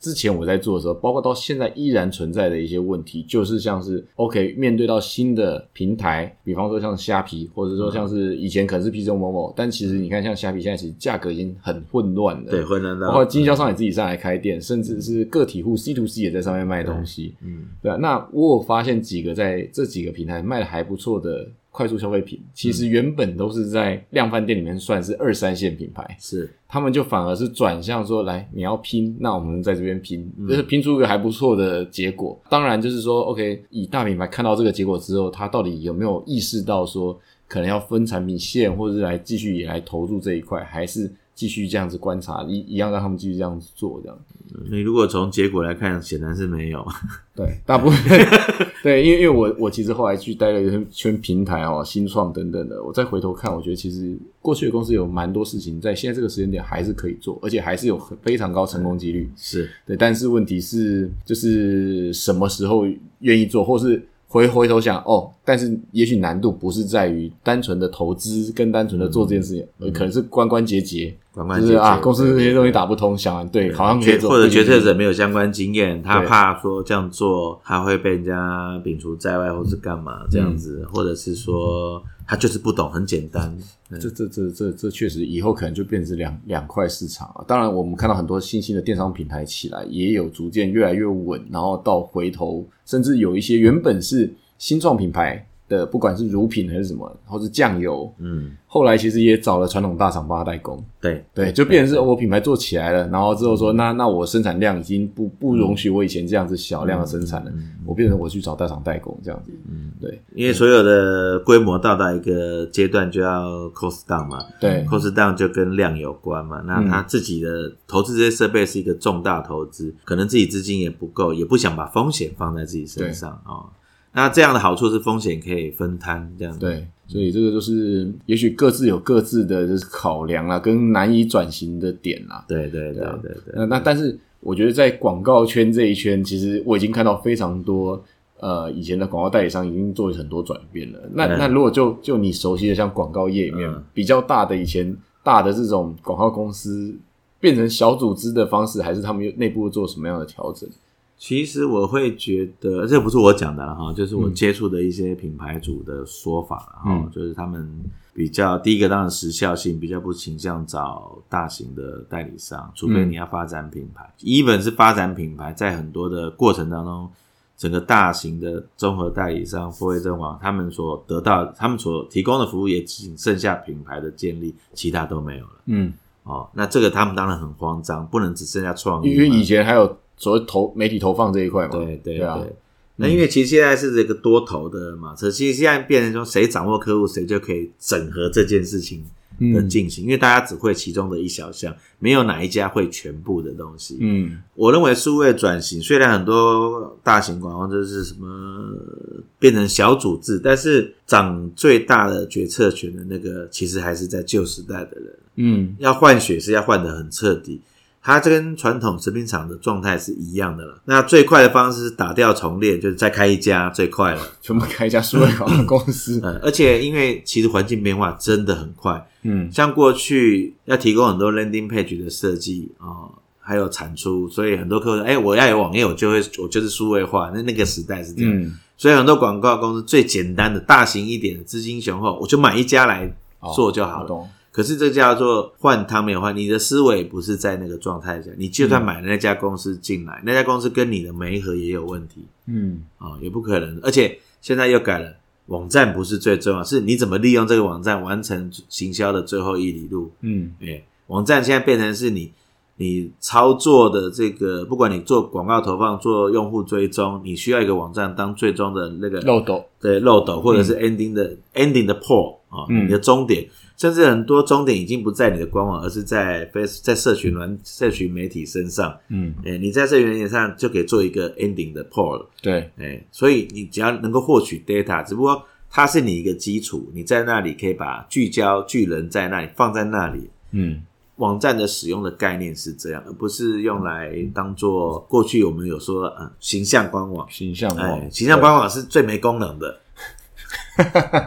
Speaker 3: 之前我在做的时候，包括到现在依然存在的一些问题，就是像是 OK 面对到新的平台，比方说像虾皮，或者说像是以前可能是 PC 某某，但其实你看像虾皮现在其实价格已经很混乱了，
Speaker 2: 对，混乱到
Speaker 3: 包括经销商也自己上来开店，甚至是个体户 C to C 也在上面卖东西，对啊。那我有发现几个在这几个平台卖的还不错的快速消费品，其实原本都是在量贩店里面算是2、3线品牌，
Speaker 2: 是
Speaker 3: 他们就反而是转向说，来你要拼，那我们在这边拼，就是拼出一个还不错的结果。当然就是说 OK 以大品牌看到这个结果之后，他到底有没有意识到说可能要分产品线，或者是来继续也来投入这一块，还是继续这样子观察，一样让他们继续这样子做这样。
Speaker 2: 你如果从结果来看，显然是没有。
Speaker 3: 对，大部分对，因为我其实后来去待了一圈平台新创等等的，我再回头看，我觉得其实过去的公司有蛮多事情在现在这个时间点还是可以做，而且还是有非常高成功几率。
Speaker 2: 是
Speaker 3: 对，但是问题是就是什么时候愿意做，或是回头想但是也许难度不是在于单纯的投资跟单纯的做这件事情，可能是关节节，就是公司这些东西打不通，想完对，好像可以做，
Speaker 2: 或者决策者没有相关经验，他怕说这样做他会被人家摒除在外，或是干嘛这样子，或者是说他就是不懂，很简单。
Speaker 3: 这确实以后可能就变成两块市场啊。当然我们看到很多新兴的电商品牌起来，也有逐渐越来越稳，然后到回头甚至有一些原本是新创品牌的，不管是乳品还是什么，或是酱油，后来其实也找了传统大厂帮他代工，对，就变成是我品牌做起来了，然后之后说那我生产量已经不容许我以前这样子小量的生产了，我变成我去找大厂代工这样子，对，
Speaker 2: 因为所有的规模到达一个阶段就要 cost down 嘛，
Speaker 3: 对
Speaker 2: ，cost down 就跟量有关嘛，那他自己的投资这些设备是一个重大投资，可能自己资金也不够，也不想把风险放在自己身上那这样的好处是风险可以分摊，这样
Speaker 3: 对，所以这个就是也许各自有各自的就是考量啦，跟难以转型的点啦。
Speaker 2: 对。
Speaker 3: 那但是我觉得在广告圈这一圈，其实我已经看到非常多以前的广告代理商已经做了很多转变了。那如果就你熟悉的像广告业里面比较大的以前大的这种广告公司，变成小组织的方式，还是他们内部做什么样的调整？
Speaker 2: 其实我会觉得，这不是我讲的啦就是我接触的一些品牌主的说法啦就是他们比较第一个当然时效性比较不倾向找大型的代理商，除非你要发展品牌。even 是发展品牌，在很多的过程当中，整个大型的综合代理商富威正网，他们所得到他们所提供的服务也仅剩下品牌的建立，其他都没有了。那这个他们当然很慌张，不能只剩下创意，
Speaker 3: 因为以前还有所谓媒体投放这一块嘛，
Speaker 2: 对啊。那因为其实现在是这个多头的马车，其实现在变成说谁掌握客户，谁就可以整合这件事情的进行，因为大家只会其中的一小项，没有哪一家会全部的东西。我认为数位转型虽然很多大型广告就是什么变成小组织，但是掌最大的决策权的那个其实还是在旧时代的人。要换血是要换得很彻底，它这跟传统食品厂的状态是一样的了。那最快的方式是打掉重练，就是再开一家最快了，
Speaker 3: 全部开一家数位广告公司。
Speaker 2: 而且因为其实环境变化真的很快，像过去要提供很多 landing page 的设计还有产出，所以很多客户说我要有网页，我就是数位化，那个时代是这样。所以很多广告公司最简单的大型一点的资金雄厚，我就买一家来做就好了。可是这叫做换汤没有换，你的思维不是在那个状态下，你就算买了那家公司进来，那家公司跟你的媒合也有问题，也不可能。而且现在又改了，网站不是最重要，是你怎么利用这个网站完成行销的最后一里路。网站现在变成是你操作的这个，不管你做广告投放、做用户追踪，你需要一个网站当最终的那个
Speaker 3: 漏斗，
Speaker 2: 对，漏斗或者是 ending 的 port 你的终点。甚至很多终点已经不在你的官网，而是在社群媒体身上。你在社群媒体上就可以做一个 ending 的 port。对，所以你只要能够获取 data， 只不过它是你一个基础，你在那里可以把聚人在那里放在那里。网站的使用的概念是这样，而不是用来当做过去我们有说形象官网。形象官网是最没功能的。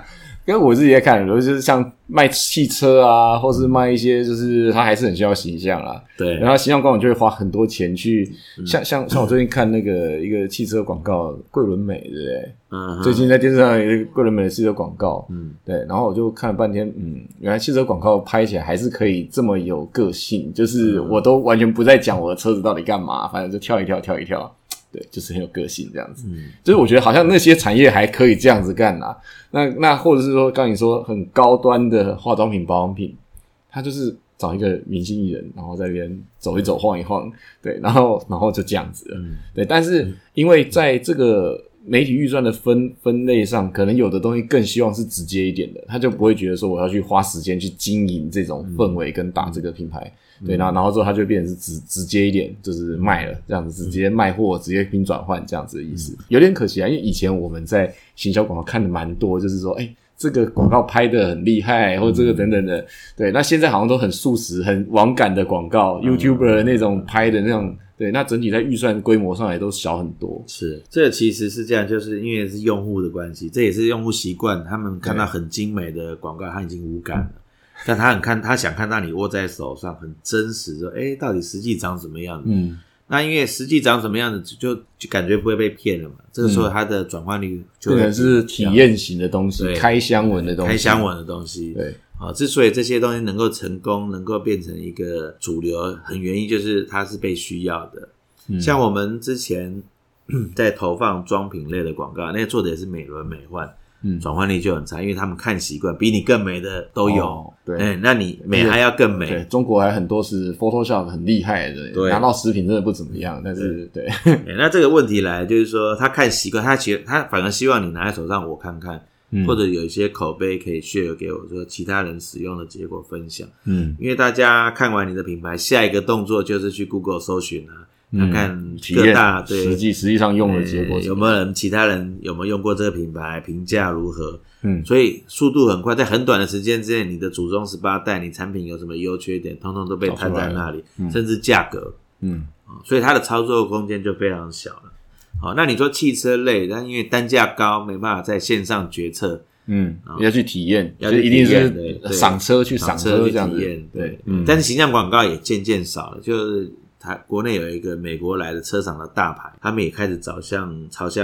Speaker 3: 因为我自己在看，就是像卖汽车啊，或是卖一些，就是它还是很需要形象啦。
Speaker 2: 对，
Speaker 3: 然后形象广告就会花很多钱去，像我最近看那个一个汽车广告，桂纶镁，对不对？最近在电视上有一个桂纶镁的汽车广告，对，然后我就看了半天，原来汽车广告拍起来还是可以这么有个性，就是我都完全不再讲我的车子到底干嘛，反正就跳一跳。对，就是很有个性这样子。就是我觉得好像那些产业还可以这样子干啦。那或者是说，刚你说很高端的化妆品、保养品，它就是找一个明星艺人，然后在那边走一走、晃一晃，对，然后就这样子了。对，但是因为在这个媒体预算的分类上，可能有的东西更希望是直接一点的，他就不会觉得说我要去花时间去经营这种氛围跟打这个品牌。对，然后之后它就变成是直接一点，就是卖了这样子，直接卖货，直接拼转换这样子的意思，有点可惜啊。因为以前我们在行销广告看的蛮多，就是说，这个广告拍的很厉害，或者这个等等的。对，那现在好像都很速食、很网感的广告，YouTuber 那种拍的那种。对，那整体在预算规模上也都小很多。
Speaker 2: 是，这个其实是这样，就是因为是用户的关系，这也是用户习惯，他们看到很精美的广告，他已经无感了。但他想看到你握在手上很真实，说到底实际长什么样子？那因为实际长什么样子，就感觉不会被骗了嘛。这个时候它的转换率就
Speaker 3: 变成是体验型的东西，开箱文的东西，
Speaker 2: 对。之所以这些东西能够成功，能够变成一个主流，很原因就是它是被需要的。像我们之前在投放妆品类的广告，那些做的也是美轮美奂。转换率就很差，因为他们看习惯，比你更美的都有。对，那你美还要更美。
Speaker 3: 对，中国还很多是 Photoshop 很厉害的，对，拿到食品真的不怎么样，但是对。
Speaker 2: 那这个问题来就是说，他看习惯，他反而希望你拿在手上我看看，或者有一些口碑可以 share 给我，说其他人使用的结果分享。因为大家看完你的品牌，下一个动作就是去 Google 搜寻啊。看看各大对
Speaker 3: 实际上用的结果
Speaker 2: 有没有其他人有没有用过这个品牌，评价如何？所以速度很快，在很短的时间之内，你的祖宗18代，你产品有什么优缺点，通通都被摊在那里，甚至价格，所以它的操作空间就非常小了。好，那你说汽车类，但因为单价高，没办法在线上决策，
Speaker 3: 要去体验，就一定是赏车去赏车这样子，
Speaker 2: 对，但是形象广告也渐渐少了，就是国内有一个美国来的车厂的大牌，他们也开始朝向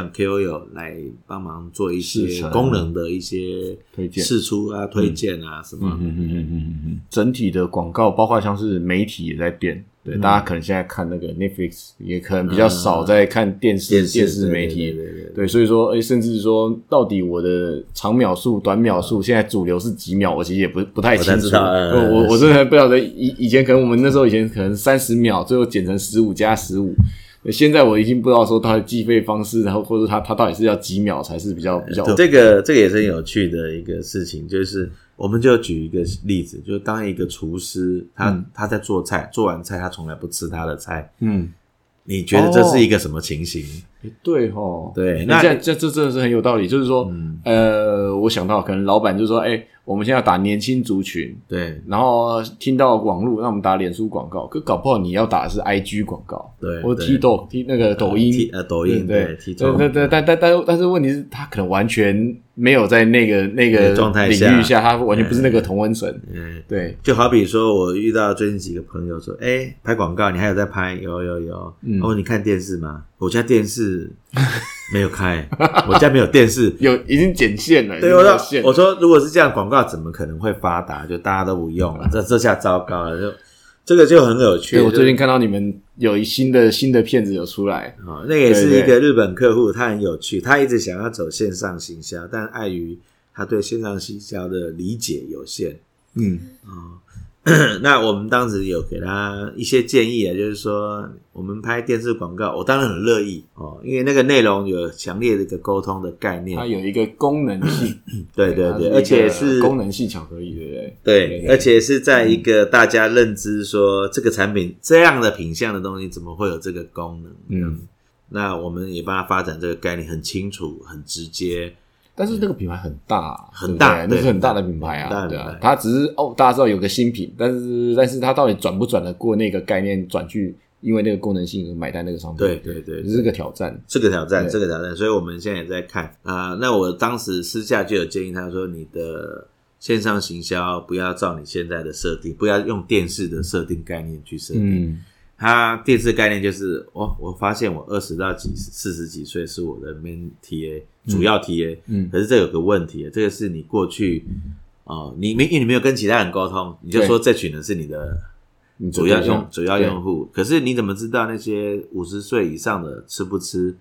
Speaker 2: KOL 来帮忙做一些功能的一些
Speaker 3: 推荐、
Speaker 2: 释出啊、推荐啊什么。
Speaker 3: 整体的广告，包括像是媒体也在变。对，大家可能现在看那个 Netflix， 也可能比较少在看电视媒体。对，所以说，甚至说，到底我的长秒数、短秒数，现在主流是几秒，我其实也不太清楚。我真的不晓得，以前可能我们那时候以前可能30秒，最后剪成15+15。现在我已经不知道说它的计费方式，然后或者它到底是要几秒才是比较。
Speaker 2: 这个也是很有趣的一个事情，就是我们就举一个例子，就是当一个厨师，他在做菜，做完菜他从来不吃他的菜，你觉得这是一个什么情形？
Speaker 3: 对齁，
Speaker 2: 对，
Speaker 3: 那这真的是很有道理，就是说，我想到可能老板就说，我们现在要打年轻族群，
Speaker 2: 对，
Speaker 3: 然后听到网络，那我们打脸书广告，可搞不好你要打的是 IG 广告，
Speaker 2: 对，
Speaker 3: 或 TikTok 那个抖音，
Speaker 2: 对，
Speaker 3: 但是问题是，他可能完全没有在那个
Speaker 2: 状态
Speaker 3: 领域下，他完全不是那个同温层，对，
Speaker 2: 就好比说我遇到最近几个朋友说，拍广告，你还有在拍？有，你看电视吗？我家电视没有开，我家没有电视，
Speaker 3: 已经剪线了。对，
Speaker 2: 我说如果是这样，广告怎么可能会发达？就大家都不用了，这下糟糕了。就这个就很有趣。
Speaker 3: 对，我最近看到你们有新的片子有出来，
Speaker 2: 那个也是一个日本客户，他很有趣，他一直想要走线上行销，但碍于他对线上行销的理解有限。那我们当时有给他一些建议啊，就是说我们拍电视广告，我当然很乐意因为那个内容有强烈的一个沟通的概念，
Speaker 3: 它有一个功能性，
Speaker 2: 对，而且是
Speaker 3: 功能性巧克力，对不对？
Speaker 2: 对，而且是在一个大家认知说这个产品这样的品项的东西怎么会有这个功能？那我们也帮他发展这个概念，很清楚、很直接。
Speaker 3: 但是那个品牌很大，
Speaker 2: 很大，
Speaker 3: 那是很大的品牌啊，对啊，它只是大家知道有个新品，但是它到底转不转得过那个概念，转去因为那个功能性而买单那个商品。
Speaker 2: 对对对，
Speaker 3: 这是个挑战，
Speaker 2: 这个挑战，所以我们现在也在看那我当时私下就有建议他说，你的线上行销不要照你现在的设定，不要用电视的设定概念去设定。它电视概念就是我发现我20到40几岁是我的 main TA 主要 TA，可是这有个问题，这个是你过去因为你没有跟其他人沟通，你就说这群人是你的主要用户，可是你怎么知道那些50岁以上的吃不吃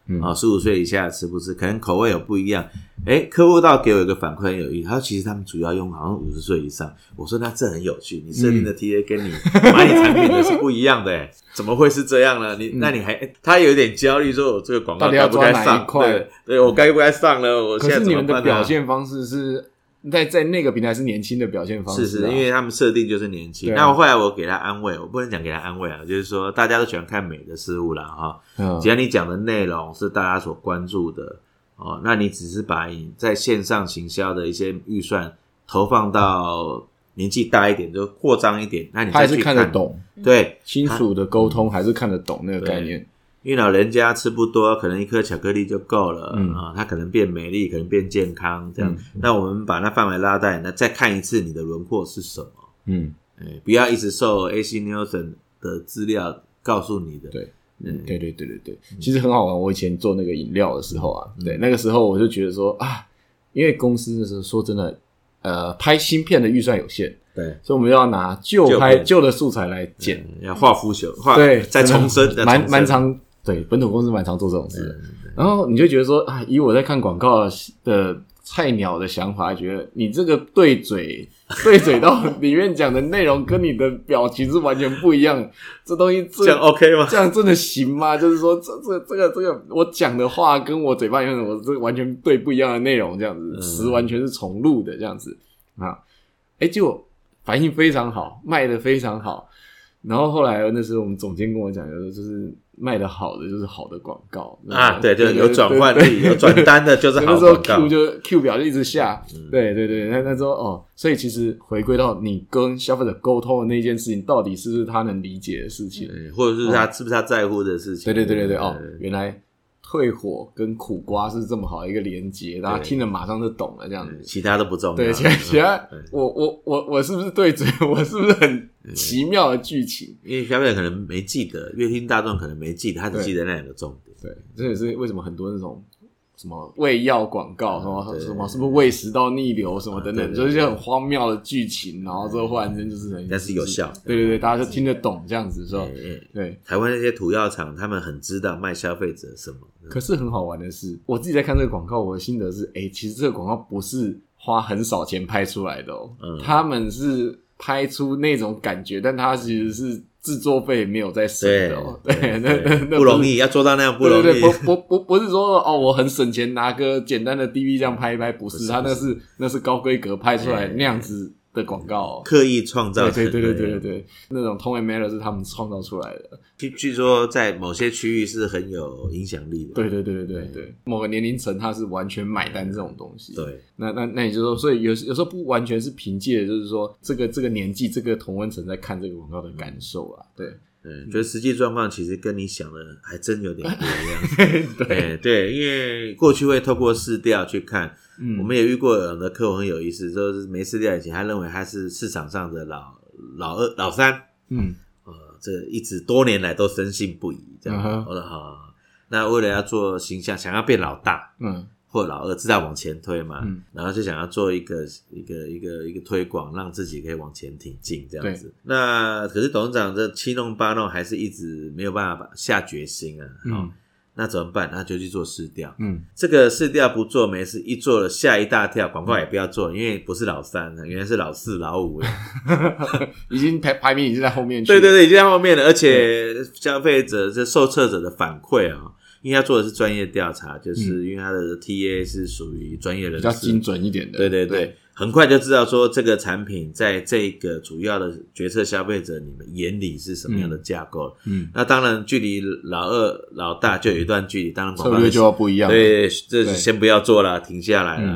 Speaker 2: 15岁以下的吃不吃，可能口味有不一样。客户倒给我一个反馈很有意思，他说其实他们主要用好像50岁以上。我说那这很有趣，你设定的 TA 跟你买你产品的是不一样的怎么会是这样呢？那你还他有点焦虑，说我这个广告该不该上？对，我该不该上呢？我现在怎么办？可是
Speaker 3: 你们的表现方式是在那个平台是年轻的表现方式，
Speaker 2: 是因为他们设定就是年轻。那后来我给他安慰，我不能讲给他安慰就是说大家都喜欢看美的事物啦只要你讲的内容是大家所关注的那你只是把你在线上行销的一些预算投放到年纪大一点，就扩张一点，那你再去
Speaker 3: 还是看得懂，
Speaker 2: 对，
Speaker 3: 清楚的沟通还是看得懂那个概念。
Speaker 2: 因为老人家吃不多，可能一颗巧克力就够了他可能变美丽，可能变健康这样那我们把那范围拉大，那再看一次你的轮廓是什么不要一直受 AC Nielsen 的资料告诉你的。
Speaker 3: 对其实很好玩。我以前做那个饮料的时候对，那个时候我就觉得说因为公司的时候说真的拍新片的预算有限，
Speaker 2: 对，
Speaker 3: 所以我们要拿旧的素材来剪，
Speaker 2: 要画腐朽，
Speaker 3: 对，
Speaker 2: 再重生，
Speaker 3: 蛮常，对，本土公司蛮常做这种事。然后你就觉得说以我在看广告的菜鸟的想法，觉得你这个对嘴到里面讲的内容跟你的表情是完全不一样，这东西
Speaker 2: 这样 OK 吗？
Speaker 3: 这样真的行吗？就是说这个我讲的话跟我嘴巴里面我这完全对不一样的内容，这样子词完全是重录的这样子结果反应非常好，卖得非常好。然后后来那时候我们总监跟我讲，就是卖得好的就是好的广告
Speaker 2: 对，就有转换率，有转单的就是好广告。
Speaker 3: 那时候 Q 表就一直下，对，那时候所以其实回归到你跟消费者沟通的那件事情，到底是不是他能理解的事情，
Speaker 2: 或者是他是不是他在乎的事情？
Speaker 3: 对，原来退火跟苦瓜是这么好一个连结，大家听了马上就懂了，这样子，
Speaker 2: 其他都不重要。
Speaker 3: 对，其他我是不是对嘴？我是不是很奇妙的剧情？
Speaker 2: 因为消费者可能没记得，乐听大众可能没记得，他只记得那两个重点。
Speaker 3: 对，这也是为什么很多那种什么胃药广告，什么是不是胃食道逆流什么等等，就是一些很荒谬的剧情，然后之后忽然间就是
Speaker 2: 但是有效，
Speaker 3: 对，大家就听得懂这样子说，对。
Speaker 2: 台湾那些土药厂，他们很知道卖消费者什么。
Speaker 3: 可是很好玩的是，我自己在看这个广告，我的心得是，其实这个广告不是花很少钱拍出来的他们是拍出那种感觉，但它其实是制作费没有在省的对，那
Speaker 2: 不容易，要做到那样不容易。
Speaker 3: 对，不是说我很省钱拿个简单的 DV 这样拍一拍，不是，它那是高规格拍出来那样子的广告
Speaker 2: 刻意创造成
Speaker 3: 对，那种 tone and manner 是他们创造出来的。
Speaker 2: 据说在某些区域是很有影响力的。
Speaker 3: 对，某个年龄层他是完全买单这种东西。
Speaker 2: 对，
Speaker 3: 那也就是说，所以有时候不完全是凭借就是说这个年纪这个同温层在看这个广告的感受对。
Speaker 2: 觉得实际状况其实跟你想的还真有点不一样。对，因为过去会透过市调去看，我们也遇过有的客户很有意思，就是没市调以前，他认为他是市场上的老二、老三，这一直多年来都深信不疑，这样。我说好，那为了要做形象，想要变老大，或老二，知道往前推嘛，然后就想要做一个推广，让自己可以往前挺进这样子。那可是董事长这七弄八弄，还是一直没有办法下决心那怎么办？那就去做市调。这个市调不做没事，一做了吓一大跳，广告也不要做，因为不是老三，原来是老四、老五了，
Speaker 3: 已经排名已经在后面去。
Speaker 2: 对，已经在后面了，而且消费者这受测者的反馈因为他做的是专业调查，就是因为他的 TA 是属于专业人士，
Speaker 3: 比较精准一点的。
Speaker 2: 对，很快就知道说这个产品在这个主要的决策消费者你们眼里是什么样的架构。那当然距离老二老大就有一段距离，当然广告
Speaker 3: 策略就要不一样。
Speaker 2: 对，这先不要做了，停下来了。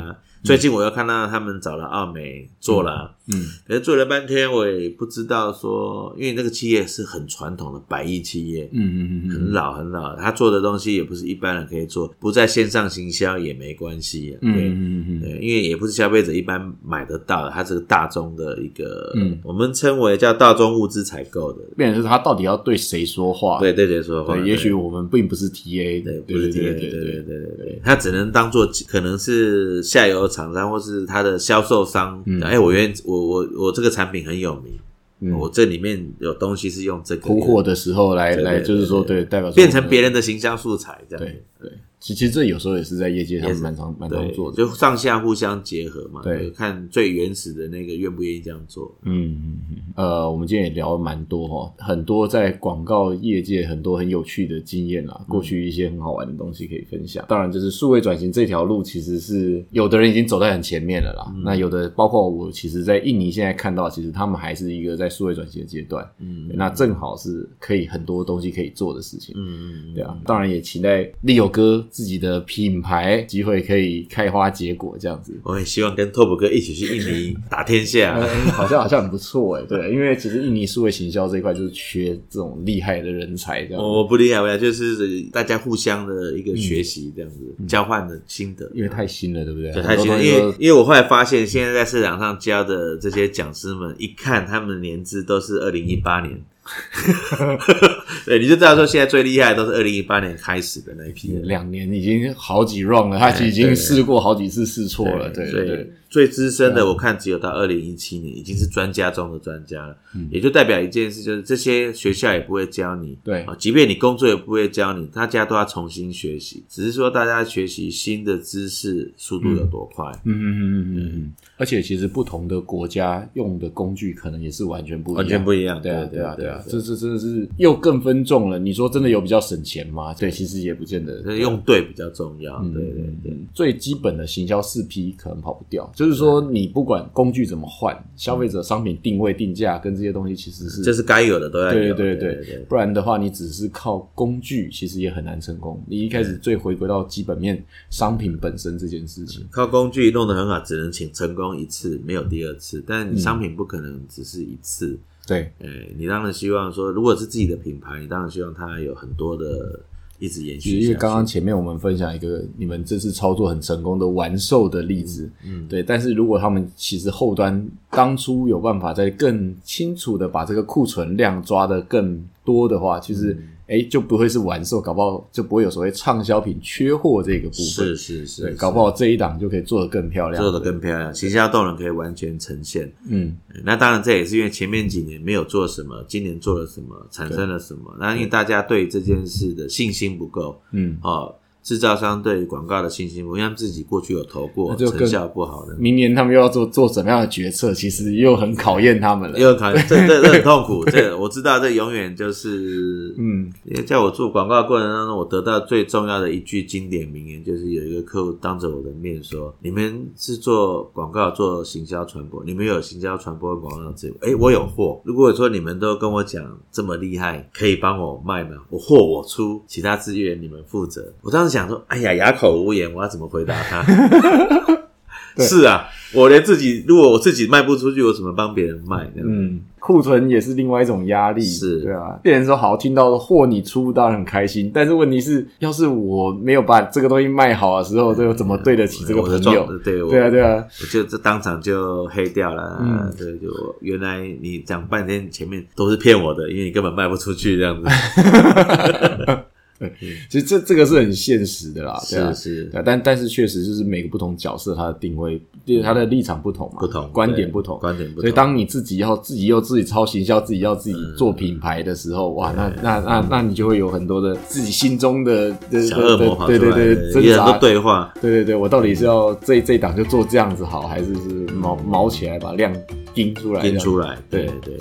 Speaker 2: 最近我又看到他们找了奥美做了，可是做了半天我也不知道说，因为那个企业是很传统的百亿企业，很老很老，他做的东西也不是一般人可以做，不在线上行销也没关系，对，因为也不是消费者一般买得到的，它是个大众的一个，我们称为叫大众物资采购的，
Speaker 3: 变成是他到底要对谁说话？
Speaker 2: 对谁说话？
Speaker 3: 对，也许我们并不是 TA，
Speaker 2: 对，不是 TA， 对，他只能当做可能是下游厂商或是他的销售商，我这个产品很有名，我这里面有东西是用这个
Speaker 3: 铺货的时候来，就是说对，代表
Speaker 2: 变成别人的行销素材，这样
Speaker 3: 对。其实这有时候也是在业界上蛮常做的，
Speaker 2: 就上下互相结合嘛。
Speaker 3: 对，
Speaker 2: 看最原始的那个愿不愿意这样做。
Speaker 3: 我们今天也聊了蛮多很多在广告业界很多很有趣的经验啦，过去一些很好玩的东西可以分享。当然，就是数位转型这条路，其实是有的人已经走在很前面了啦。那有的包括我，其实在印尼现在看到，其实他们还是一个在数位转型的阶段。那正好是可以很多东西可以做的事情。对啊，当然也期待利友哥自己的品牌机会可以开花结果这样子。
Speaker 2: 我也希望跟 Top 哥一起去印尼打天下。
Speaker 3: 好像很不错对，因为其实印尼数位行销这一块就是缺这种厉害的人才这样。
Speaker 2: 我不厉害，就是大家互相的一个学习这样子，交换的心得。
Speaker 3: 因为太新了，对不对？
Speaker 2: 对，太新了。因为我后来发现，现在在市场上教的这些讲师们，一看他们的年资都是2018年。对，你就知道说现在最厉害的都是2018年开始的那一批人
Speaker 3: ，2年已经好几 round 了，他已经试过好几次试错了，对。
Speaker 2: 最资深的我看只有到2017年，已经是专家中的专家了，也就代表一件事，就是这些学校也不会教你，
Speaker 3: 对，
Speaker 2: 即便你工作也不会教你，大家都要重新学习，只是说大家学习新的知识速度有多快，
Speaker 3: 而且其实不同的国家用的工具可能也是完全不一样，对啊，这真的是又更分众了。你说真的有比较省钱吗？对，其实也不见得，
Speaker 2: 用对比较重要，对，
Speaker 3: 最基本的行销4P 可能跑不掉。就是说你不管工具怎么换，消费者商品定位定价跟这些东西其实是
Speaker 2: 这是该有的都要有，
Speaker 3: 对，不然的话你只是靠工具其实也很难成功。你一开始最回归到基本面商品本身这件事情，
Speaker 2: 靠工具弄得很好，只能请成功一次，没有第二次，但你商品不可能只是一次，
Speaker 3: 对，
Speaker 2: 你当然希望说如果是自己的品牌，你当然希望它有很多的一直延续下去。
Speaker 3: 因为刚刚前面我们分享一个你们这次操作很成功的完售的例子，对，但是如果他们其实后端当初有办法再更清楚的把这个库存量抓得更多的话，其实就不会是完售，搞不好就不会有所谓畅销品缺货这个部分。
Speaker 2: 是，
Speaker 3: 对，搞不好这一档就可以做得更漂亮，
Speaker 2: 行销动能可以完全呈现。那当然这也是因为前面几年没有做什么，今年做了什么，产生了什么。那因为大家对这件事的信心不够，制造商对广告的信心，因为他们自己过去有投过，成效不好的，
Speaker 3: 明年他们又要做怎么样的决策，其实又很考验他们了，
Speaker 2: 又很考验，这很痛苦。这我知道，这永远就是因为在我做广告的过程当中，我得到最重要的一句经典名言，就是有一个客户当着我的面说：“你们是做广告、做行销传播，你们有行销传播广告资源，我有货。如果说你们都跟我讲这么厉害，可以帮我卖吗？我货我出，其他资源你们负责。”我当时想说，哎呀，哑口无言，我要怎么回答他？是啊，我连如果我自己卖不出去，我怎么帮别人卖？
Speaker 3: 库存也是另外一种压力，
Speaker 2: 是，
Speaker 3: 对啊。别人说好，听到货你出，当然很开心。但是问题是，要是我没有把这个东西卖好的时候，这怎么对得起这个朋友？对啊，
Speaker 2: 我就当场就黑掉了。对，就原来你讲半天前面都是骗我的，因为你根本卖不出去这样子。
Speaker 3: 对，其实这个是很现实的啦，对啊，
Speaker 2: 是，
Speaker 3: 但是确实就是每个不同角色它的定位，它的立场不同嘛，观点不同，所以当你自己要自己操行销，自己要自己做品牌的时候，哇，那你就会有很多的自己心中的
Speaker 2: 小恶魔跑出来，
Speaker 3: 对，挣扎，
Speaker 2: 很多对话，
Speaker 3: 对，我到底是要这一档就做这样子好，还是毛起来把量盯出来，
Speaker 2: 对。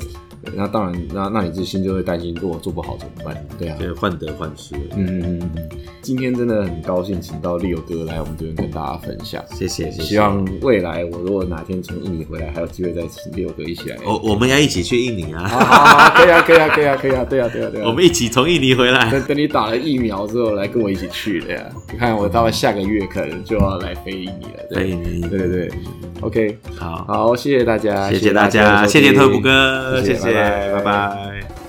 Speaker 3: 对，那当然，那你自己心就会担心，如果做不好怎么办？对啊，
Speaker 2: 就患得患失。
Speaker 3: 今天真的很高兴请到Leo哥来我们这边跟大家分享，
Speaker 2: 谢谢。
Speaker 3: 希望未来我如果哪天从印尼回来，还有机会再请Leo哥一起来。
Speaker 2: 我们要一起去印尼啊！
Speaker 3: 可以啊，对啊，
Speaker 2: 我们一起从印尼回来。
Speaker 3: 等你打了疫苗之后，来跟我一起去的呀。你看我大概下个月可能就要来飞印尼了。
Speaker 2: 飞印尼，
Speaker 3: 对。OK，
Speaker 2: 好，
Speaker 3: 谢谢大家，
Speaker 2: 谢谢大家，谢谢特普哥，谢谢，
Speaker 3: 拜拜。
Speaker 2: 拜拜。